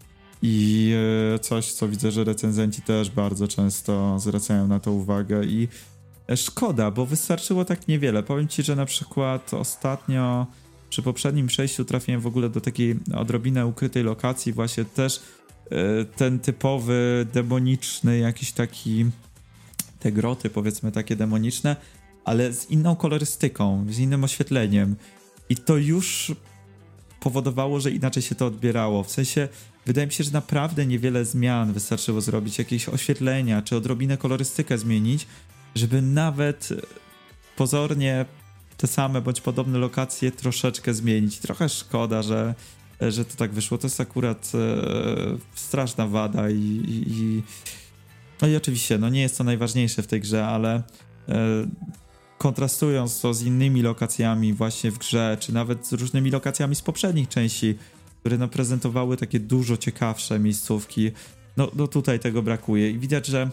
I coś, co widzę, że recenzenci też bardzo często zwracają na to uwagę i szkoda, bo wystarczyło tak niewiele. Powiem ci, że na przykład ostatnio przy poprzednim przejściu trafiłem w ogóle do takiej odrobinę ukrytej lokacji, właśnie też ten typowy, demoniczny, jakiś taki, te groty powiedzmy takie demoniczne, ale z inną kolorystyką, z innym oświetleniem i to już powodowało, że inaczej się to odbierało, w sensie wydaje mi się, że naprawdę niewiele zmian wystarczyło zrobić, jakieś oświetlenia, czy odrobinę kolorystykę zmienić, żeby nawet pozornie te same bądź podobne lokacje troszeczkę zmienić. Trochę szkoda, że to tak wyszło. To jest akurat straszna wada no i oczywiście, no nie jest to najważniejsze w tej grze, ale kontrastując to z innymi lokacjami właśnie w grze, czy nawet z różnymi lokacjami z poprzednich części, które no prezentowały takie dużo ciekawsze miejscówki, no tutaj tego brakuje i widać, że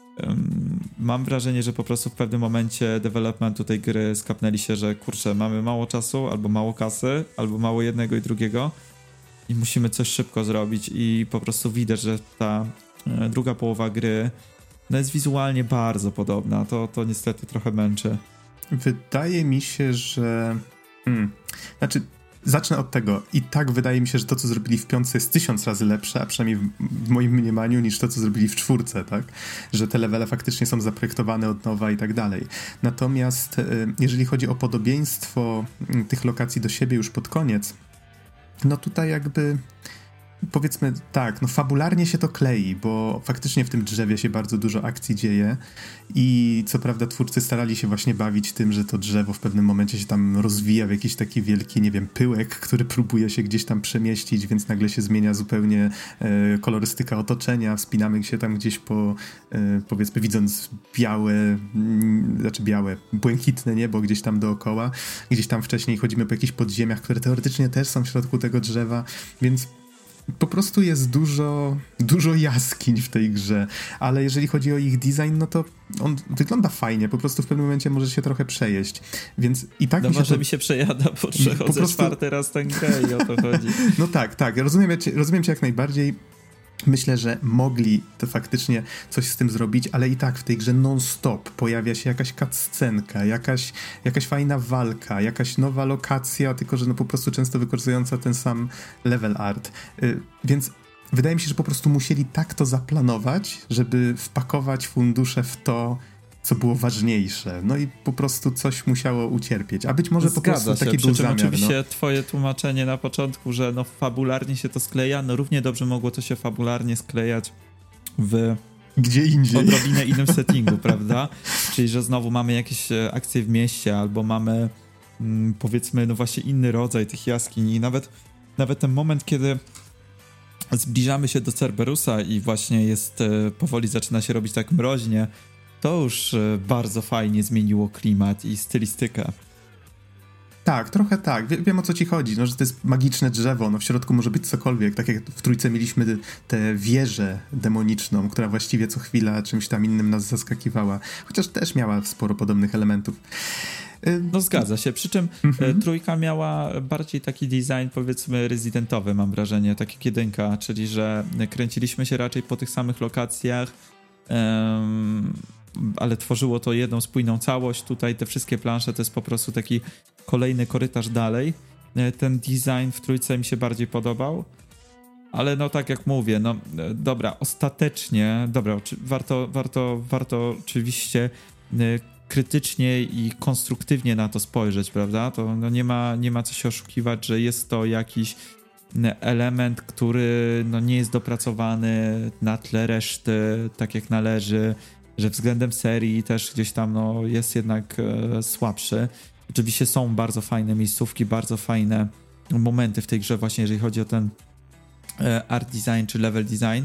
mam wrażenie, że po prostu w pewnym momencie developmentu tej gry skapnęli się, że kurczę, mamy mało czasu, albo mało kasy, albo mało jednego i drugiego i musimy coś szybko zrobić i po prostu widać, że ta druga połowa gry no jest wizualnie bardzo podobna. To niestety trochę męczy. Wydaje mi się, że... Znaczy, zacznę od tego. I tak wydaje mi się, że to, co zrobili w 5 jest 1000 razy lepsze, a przynajmniej w moim mniemaniu, niż to, co zrobili w 4, tak? Że te levele faktycznie są zaprojektowane od nowa i tak dalej. Natomiast jeżeli chodzi o podobieństwo tych lokacji do siebie już pod koniec, no tutaj jakby... Powiedzmy tak, no fabularnie się to klei, bo faktycznie w tym drzewie się bardzo dużo akcji dzieje i co prawda twórcy starali się właśnie bawić tym, że to drzewo w pewnym momencie się tam rozwija w jakiś taki wielki, nie wiem, pyłek, który próbuje się gdzieś tam przemieścić, więc nagle się zmienia zupełnie kolorystyka otoczenia, wspinamy się tam gdzieś po, powiedzmy widząc białe, błękitne niebo gdzieś tam dookoła, gdzieś tam wcześniej chodzimy po jakichś podziemiach, które teoretycznie też są w środku tego drzewa, więc po prostu jest dużo jaskiń w tej grze, ale jeżeli chodzi o ich design, no to on wygląda fajnie, po prostu w pewnym momencie może się trochę przejeść, więc i tak no mi się przejada, bo przechodzę 4 raz tę grę i o to chodzi. No tak, rozumiem cię jak najbardziej. Myślę, że mogli to faktycznie coś z tym zrobić, ale i tak w tej grze non-stop pojawia się jakaś cutscenka, jakaś fajna walka, jakaś nowa lokacja, tylko że no po prostu często wykorzystująca ten sam level art. Więc wydaje mi się, że po prostu musieli tak to zaplanować, żeby wpakować fundusze w to, co było ważniejsze. No i po prostu coś musiało ucierpieć. A być może po prostu taki był zamiar. Oczywiście twoje tłumaczenie na początku, że no fabularnie się to skleja, no równie dobrze mogło to się fabularnie sklejać w gdzie indziej. Odrobinę innym settingu, prawda? Czyli, że znowu mamy jakieś akcje w mieście, albo mamy powiedzmy, no właśnie inny rodzaj tych jaskiń i nawet ten moment, kiedy zbliżamy się do Cerberusa i właśnie jest, powoli zaczyna się robić tak mroźnie, to już bardzo fajnie zmieniło klimat i stylistykę. Tak, trochę tak. Wiem o co ci chodzi, no, że to jest magiczne drzewo, no w środku może być cokolwiek, tak jak w 3 mieliśmy tę wieżę demoniczną, która właściwie co chwila czymś tam innym nas zaskakiwała, chociaż też miała sporo podobnych elementów. No zgadza się, przy czym 3 miała bardziej taki design powiedzmy rezydentowy, mam wrażenie, tak jak 1, czyli że kręciliśmy się raczej po tych samych lokacjach, ale tworzyło to jedną spójną całość. Tutaj te wszystkie plansze to jest po prostu taki kolejny korytarz dalej. Ten design w 3 mi się bardziej podobał, ale no tak jak mówię, no dobra, ostatecznie, dobra, warto oczywiście krytycznie i konstruktywnie na to spojrzeć, prawda? To no nie ma co się oszukiwać, że jest to jakiś element, który no nie jest dopracowany na tle reszty, tak jak należy, że względem serii też gdzieś tam no, jest jednak słabszy. Oczywiście są bardzo fajne miejscówki, bardzo fajne momenty w tej grze właśnie, jeżeli chodzi o ten art design czy level design,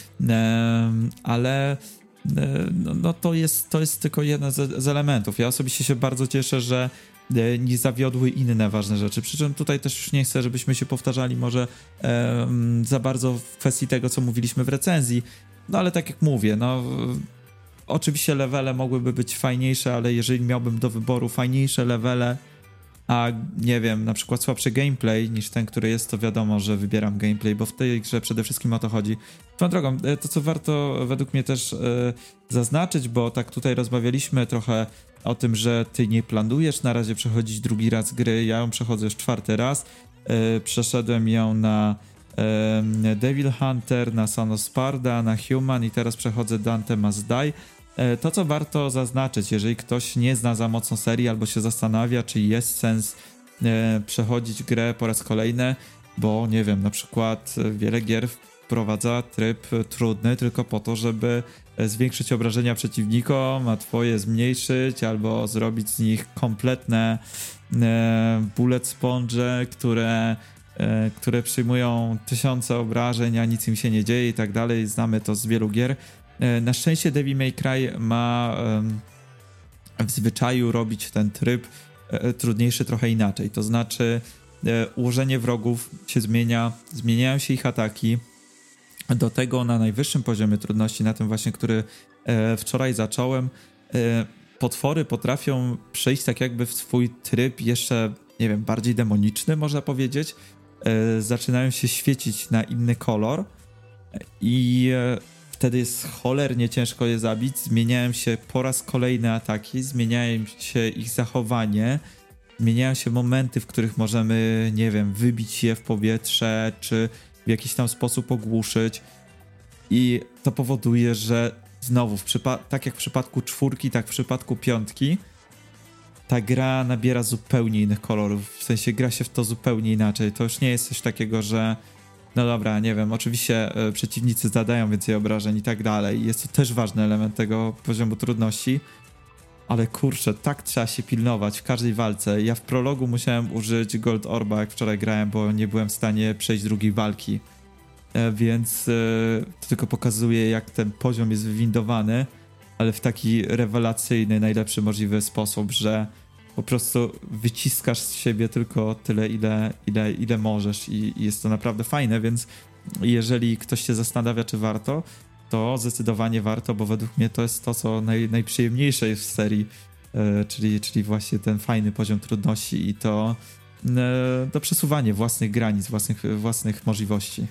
ale no to jest tylko jeden z elementów. Ja osobiście się bardzo cieszę, że nie zawiodły inne ważne rzeczy. Przy czym tutaj też już nie chcę, żebyśmy się powtarzali może za bardzo w kwestii tego, co mówiliśmy w recenzji, no ale tak jak mówię, no oczywiście levele mogłyby być fajniejsze, ale jeżeli miałbym do wyboru fajniejsze levele, a nie wiem, na przykład słabszy gameplay niż ten, który jest, to wiadomo, że wybieram gameplay, bo w tej grze przede wszystkim o to chodzi. Swoją drogą, to co warto według mnie też zaznaczyć, bo tak tutaj rozmawialiśmy trochę o tym, że ty nie planujesz na razie przechodzić drugi raz gry, ja ją przechodzę już 4 raz, przeszedłem ją na Devil Hunter, na Son of Sparda, na Human i teraz przechodzę Dante Must Die. To, co warto zaznaczyć, jeżeli ktoś nie zna za mocno serii albo się zastanawia, czy jest sens przechodzić grę po raz kolejny, bo nie wiem, na przykład wiele gier wprowadza tryb trudny tylko po to, żeby zwiększyć obrażenia przeciwnikom, a twoje zmniejszyć albo zrobić z nich kompletne bullet sponge, które przyjmują 1000 obrażeń, a nic im się nie dzieje i tak dalej. Znamy to z wielu gier. Na szczęście Devil May Cry ma w zwyczaju robić ten tryb trudniejszy trochę inaczej. To znaczy ułożenie wrogów się zmienia, zmieniają się ich ataki. Do tego na najwyższym poziomie trudności, na tym właśnie, który wczoraj zacząłem, potwory potrafią przejść tak jakby w swój tryb jeszcze, nie wiem, bardziej demoniczny, można powiedzieć. Zaczynają się świecić na inny kolor i wtedy jest cholernie ciężko je zabić. Zmieniają się po raz kolejny ataki, zmieniają się ich zachowanie, zmieniają się momenty, w których możemy, nie wiem, wybić je w powietrze, czy w jakiś tam sposób ogłuszyć. I to powoduje, że znowu, tak jak w przypadku 4, tak w przypadku 5, ta gra nabiera zupełnie innych kolorów. W sensie gra się w to zupełnie inaczej. To już nie jest coś takiego, że no dobra, nie wiem, oczywiście przeciwnicy zadają więcej obrażeń i tak dalej. Jest to też ważny element tego poziomu trudności. Ale kurczę, tak trzeba się pilnować w każdej walce. Ja w prologu musiałem użyć Gold Orba, jak wczoraj grałem, bo nie byłem w stanie przejść drugiej walki. Więc to tylko pokazuje, jak ten poziom jest wywindowany, ale w taki rewelacyjny, najlepszy możliwy sposób, że po prostu wyciskasz z siebie tylko tyle, ile możesz i jest to naprawdę fajne, więc jeżeli ktoś się zastanawia, czy warto, to zdecydowanie warto, bo według mnie to jest to, co najprzyjemniejsze jest w serii, czyli właśnie ten fajny poziom trudności i to przesuwanie własnych granic, własnych możliwości.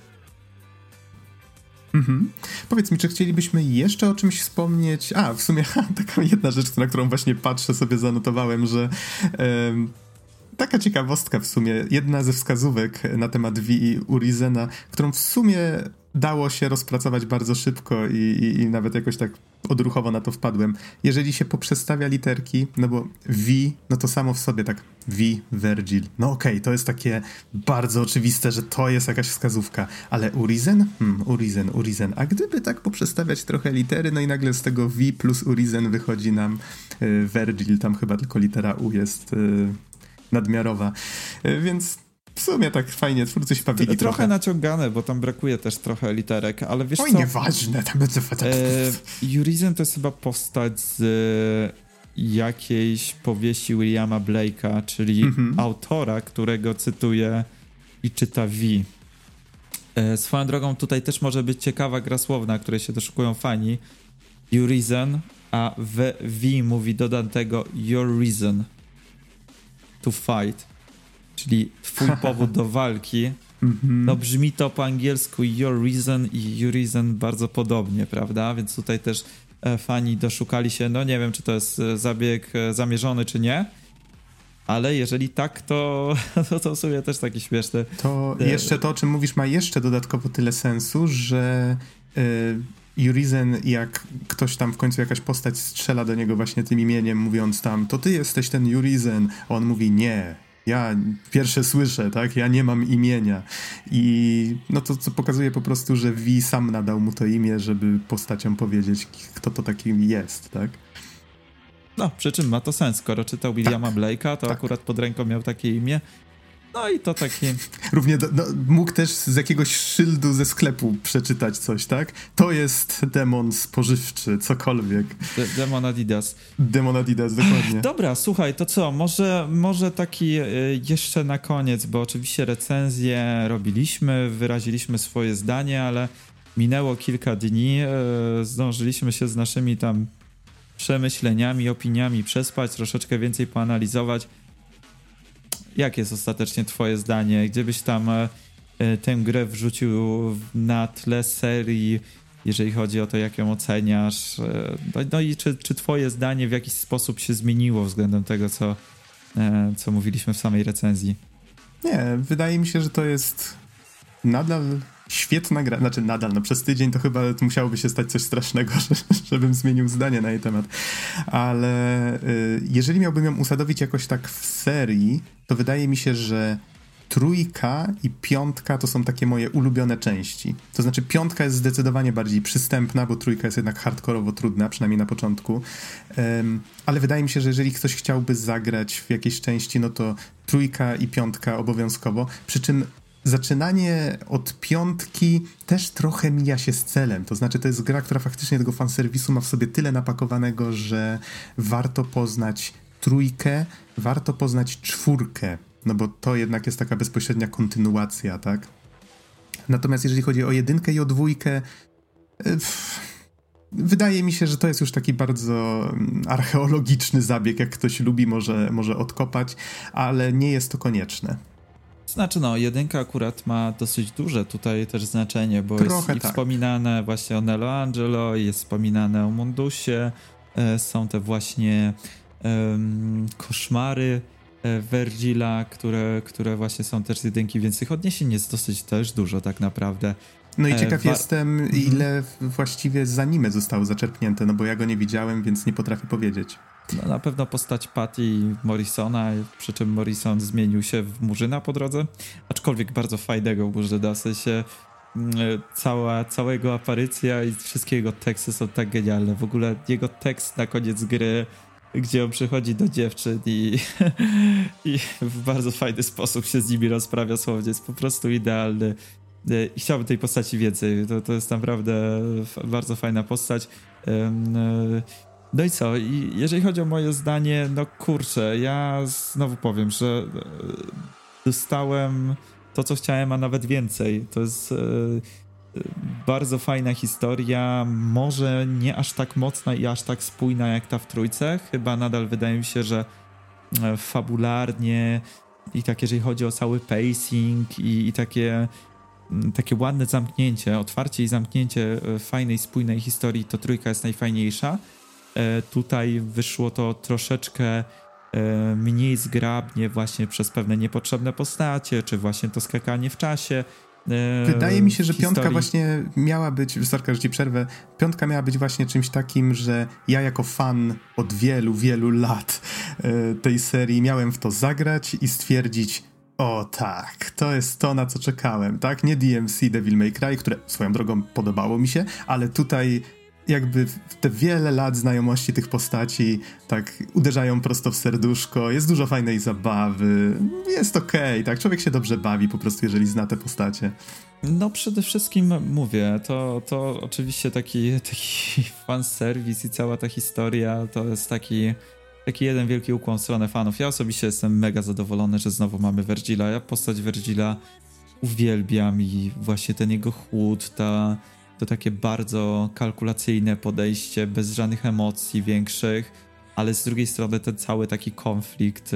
Powiedz mi, czy chcielibyśmy jeszcze o czymś wspomnieć? W sumie taka jedna rzecz, na którą właśnie patrzę, sobie zanotowałem, że taka ciekawostka w sumie, jedna ze wskazówek na temat V i Urizena, którą w sumie dało się rozpracować bardzo szybko i nawet jakoś tak odruchowo na to wpadłem. Jeżeli się poprzestawia literki, no bo V, no to samo w sobie tak V, Vergil. No okej, to jest takie bardzo oczywiste, że to jest jakaś wskazówka. Ale Urizen? Urizen. A gdyby tak poprzestawiać trochę litery, no i nagle z tego V plus Urizen wychodzi nam Vergil, tam chyba tylko litera U jest nadmiarowa. Więc w sumie tak fajnie, twórcy się bawili trochę naciągane, bo tam brakuje też trochę literek, ale wiesz co? Nieważne. Urizen to jest chyba postać z jakiejś powieści Williama Blake'a, czyli autora, którego cytuje i czyta V. Swoją drogą tutaj też może być ciekawa gra słowna, której się doszukują fani. Urizen, a V mówi do Dantego your reason to fight, czyli twój powód do walki. No brzmi to po angielsku your reason i Urizen bardzo podobnie, prawda? Więc tutaj też fani doszukali się, no nie wiem, czy to jest zabieg zamierzony, czy nie, ale jeżeli tak, to w sumie też taki śmieszny. To jeszcze to, o czym mówisz, ma jeszcze dodatkowo tyle sensu, że Urizen, jak ktoś tam w końcu jakaś postać strzela do niego właśnie tym imieniem, mówiąc tam, to ty jesteś ten Urizen, a on mówi nie. Ja pierwsze słyszę, tak? Ja nie mam imienia. I no to co pokazuje po prostu, że V sam nadał mu to imię, żeby postaciom powiedzieć, kto to taki jest, tak? No, przy czym ma to sens. Skoro czytał Williama Blake'a, to akurat pod ręką miał takie imię. No i to takie... Równie mógł też z jakiegoś szyldu ze sklepu przeczytać coś, tak? To jest demon spożywczy, cokolwiek. Demon Adidas. Demon Adidas, dokładnie. Dobra, słuchaj, to co? Może taki jeszcze na koniec, bo oczywiście recenzję robiliśmy, wyraziliśmy swoje zdanie, ale minęło kilka dni, zdążyliśmy się z naszymi tam przemyśleniami, opiniami przespać, troszeczkę więcej poanalizować. Jakie jest ostatecznie twoje zdanie? Gdzie byś tam tę grę wrzucił na tle serii, jeżeli chodzi o to, jak ją oceniasz? No i czy twoje zdanie w jakiś sposób się zmieniło względem tego, co mówiliśmy w samej recenzji? Nie, wydaje mi się, że to jest nadal świetna gra. Znaczy nadal, no przez tydzień to chyba musiałoby się stać coś strasznego, żebym zmienił zdanie na jej temat. Ale jeżeli miałbym ją usadowić jakoś tak w serii, to wydaje mi się, że 3 i 5 to są takie moje ulubione części. To znaczy 5 jest zdecydowanie bardziej przystępna, bo 3 jest jednak hardkorowo trudna, przynajmniej na początku. Ale wydaje mi się, że jeżeli ktoś chciałby zagrać w jakiejś części, no to 3 i 5 obowiązkowo. Przy czym zaczynanie od 5 też trochę mija się z celem. To znaczy to jest gra, która faktycznie tego fanserwisu ma w sobie tyle napakowanego, że warto poznać 3, warto poznać 4, no bo to jednak jest taka bezpośrednia kontynuacja, tak? Natomiast jeżeli chodzi o 1 i o 2, wydaje mi się, że to jest już taki bardzo archeologiczny zabieg, jak ktoś lubi, może odkopać, ale nie jest to konieczne. Znaczy 1 akurat ma dosyć duże tutaj też znaczenie, bo trochę jest wspominane właśnie o Nelo Angelo, jest wspominane o Mundusie, są te właśnie koszmary Vergila, które właśnie są też z jedynki, więc tych odniesień jest dosyć też dużo tak naprawdę. No i ciekaw jestem, ile właściwie z anime zostało zaczerpnięte, no bo ja go nie widziałem, więc nie potrafię powiedzieć. No, na pewno postać Patty Morrisona, przy czym Morrison zmienił się w Murzyna po drodze, aczkolwiek bardzo fajnego Murzyna, w sensie cała jego aparycja i wszystkie jego teksty są tak genialne. W ogóle jego tekst na koniec gry, gdzie on przychodzi do dziewczyn i w bardzo fajny sposób się z nimi rozprawia słownie, jest po prostu idealny. I chciałbym tej postaci więcej. To jest naprawdę bardzo fajna postać. No i co? I jeżeli chodzi o moje zdanie, no kurczę, ja znowu powiem, że dostałem to, co chciałem, a nawet więcej. To jest bardzo fajna historia, może nie aż tak mocna i aż tak spójna jak ta w trójce. Chyba nadal wydaje mi się, że fabularnie i tak jeżeli chodzi o cały pacing i takie ładne zamknięcie, otwarcie i zamknięcie fajnej, spójnej historii, to trójka jest najfajniejsza. Tutaj wyszło to troszeczkę mniej zgrabnie właśnie przez pewne niepotrzebne postacie, czy właśnie to skakanie w czasie. Wydaje mi się, że piątka właśnie miała być, sorka, że ci przerwę, piątka miała być właśnie czymś takim, że ja jako fan od wielu, wielu lat tej serii miałem w to zagrać i stwierdzić, o tak, to jest to, na co czekałem, tak? Nie DMC Devil May Cry, które swoją drogą podobało mi się, ale tutaj jakby te wiele lat znajomości tych postaci tak uderzają prosto w serduszko, jest dużo fajnej zabawy, jest okej, tak? Człowiek się dobrze bawi po prostu, jeżeli zna te postacie. No przede wszystkim mówię, to oczywiście taki fanserwis i cała ta historia to jest taki jeden wielki ukłon w stronę fanów. Ja osobiście jestem mega zadowolony, że znowu mamy Vergila. Ja postać Vergila uwielbiam i właśnie ten jego chłód, to takie bardzo kalkulacyjne podejście, bez żadnych emocji większych, ale z drugiej strony ten cały taki konflikt,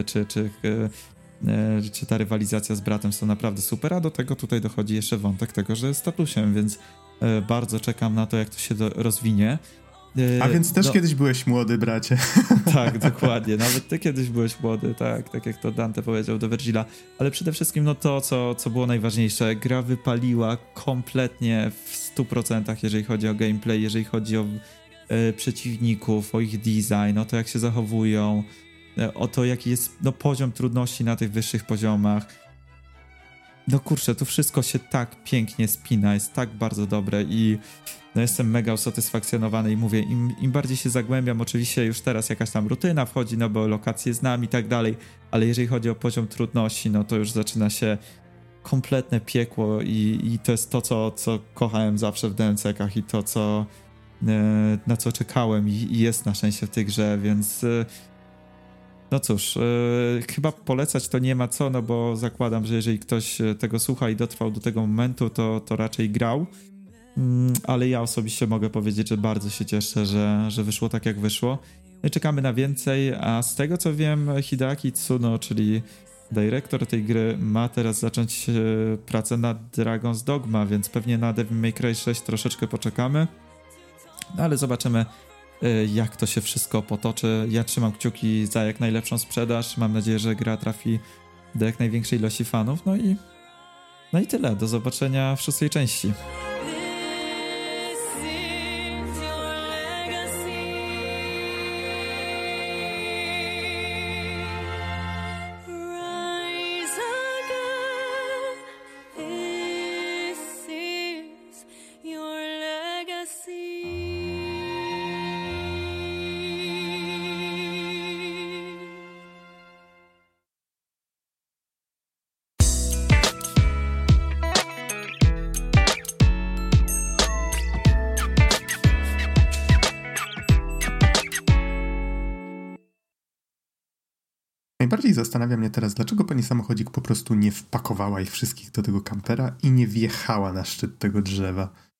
czy ta rywalizacja z bratem są naprawdę super, a do tego tutaj dochodzi jeszcze wątek tego, że jest statusem, więc bardzo czekam na to, jak to się rozwinie. A więc też kiedyś byłeś młody, bracie. Tak, dokładnie. Nawet ty kiedyś byłeś młody, tak jak to Dante powiedział do Vergila. Ale przede wszystkim no to, co było najważniejsze, gra wypaliła kompletnie w 100%, jeżeli chodzi o gameplay, jeżeli chodzi o przeciwników, o ich design, o to, jak się zachowują, o to, jaki jest poziom trudności na tych wyższych poziomach. No kurczę, to wszystko się tak pięknie spina, jest tak bardzo dobre i jestem mega usatysfakcjonowany i mówię, im bardziej się zagłębiam, oczywiście już teraz jakaś tam rutyna wchodzi, no bo lokacje znam i tak dalej, ale jeżeli chodzi o poziom trudności, no to już zaczyna się kompletne piekło i to jest to, co kochałem zawsze w DMC-kach i to, na co czekałem i jest na szczęście w tej grze, więc no cóż, chyba polecać to nie ma co, no bo zakładam, że jeżeli ktoś tego słucha i dotrwał do tego momentu, to raczej grał. Ale ja osobiście mogę powiedzieć, że bardzo się cieszę, że wyszło tak, jak wyszło. Czekamy na więcej, a z tego, co wiem, Hideaki Tsuno, czyli dyrektor tej gry, ma teraz zacząć pracę nad Dragon's Dogma, więc pewnie na Devil May Cry 6 troszeczkę poczekamy. No ale zobaczymy, jak to się wszystko potoczy. Ja trzymam kciuki za jak najlepszą sprzedaż. Mam nadzieję, że gra trafi do jak największej ilości fanów. No i tyle. Do zobaczenia w 6. części. Najbardziej zastanawia mnie teraz, dlaczego pani samochodzik po prostu nie wpakowała ich wszystkich do tego kampera i nie wjechała na szczyt tego drzewa.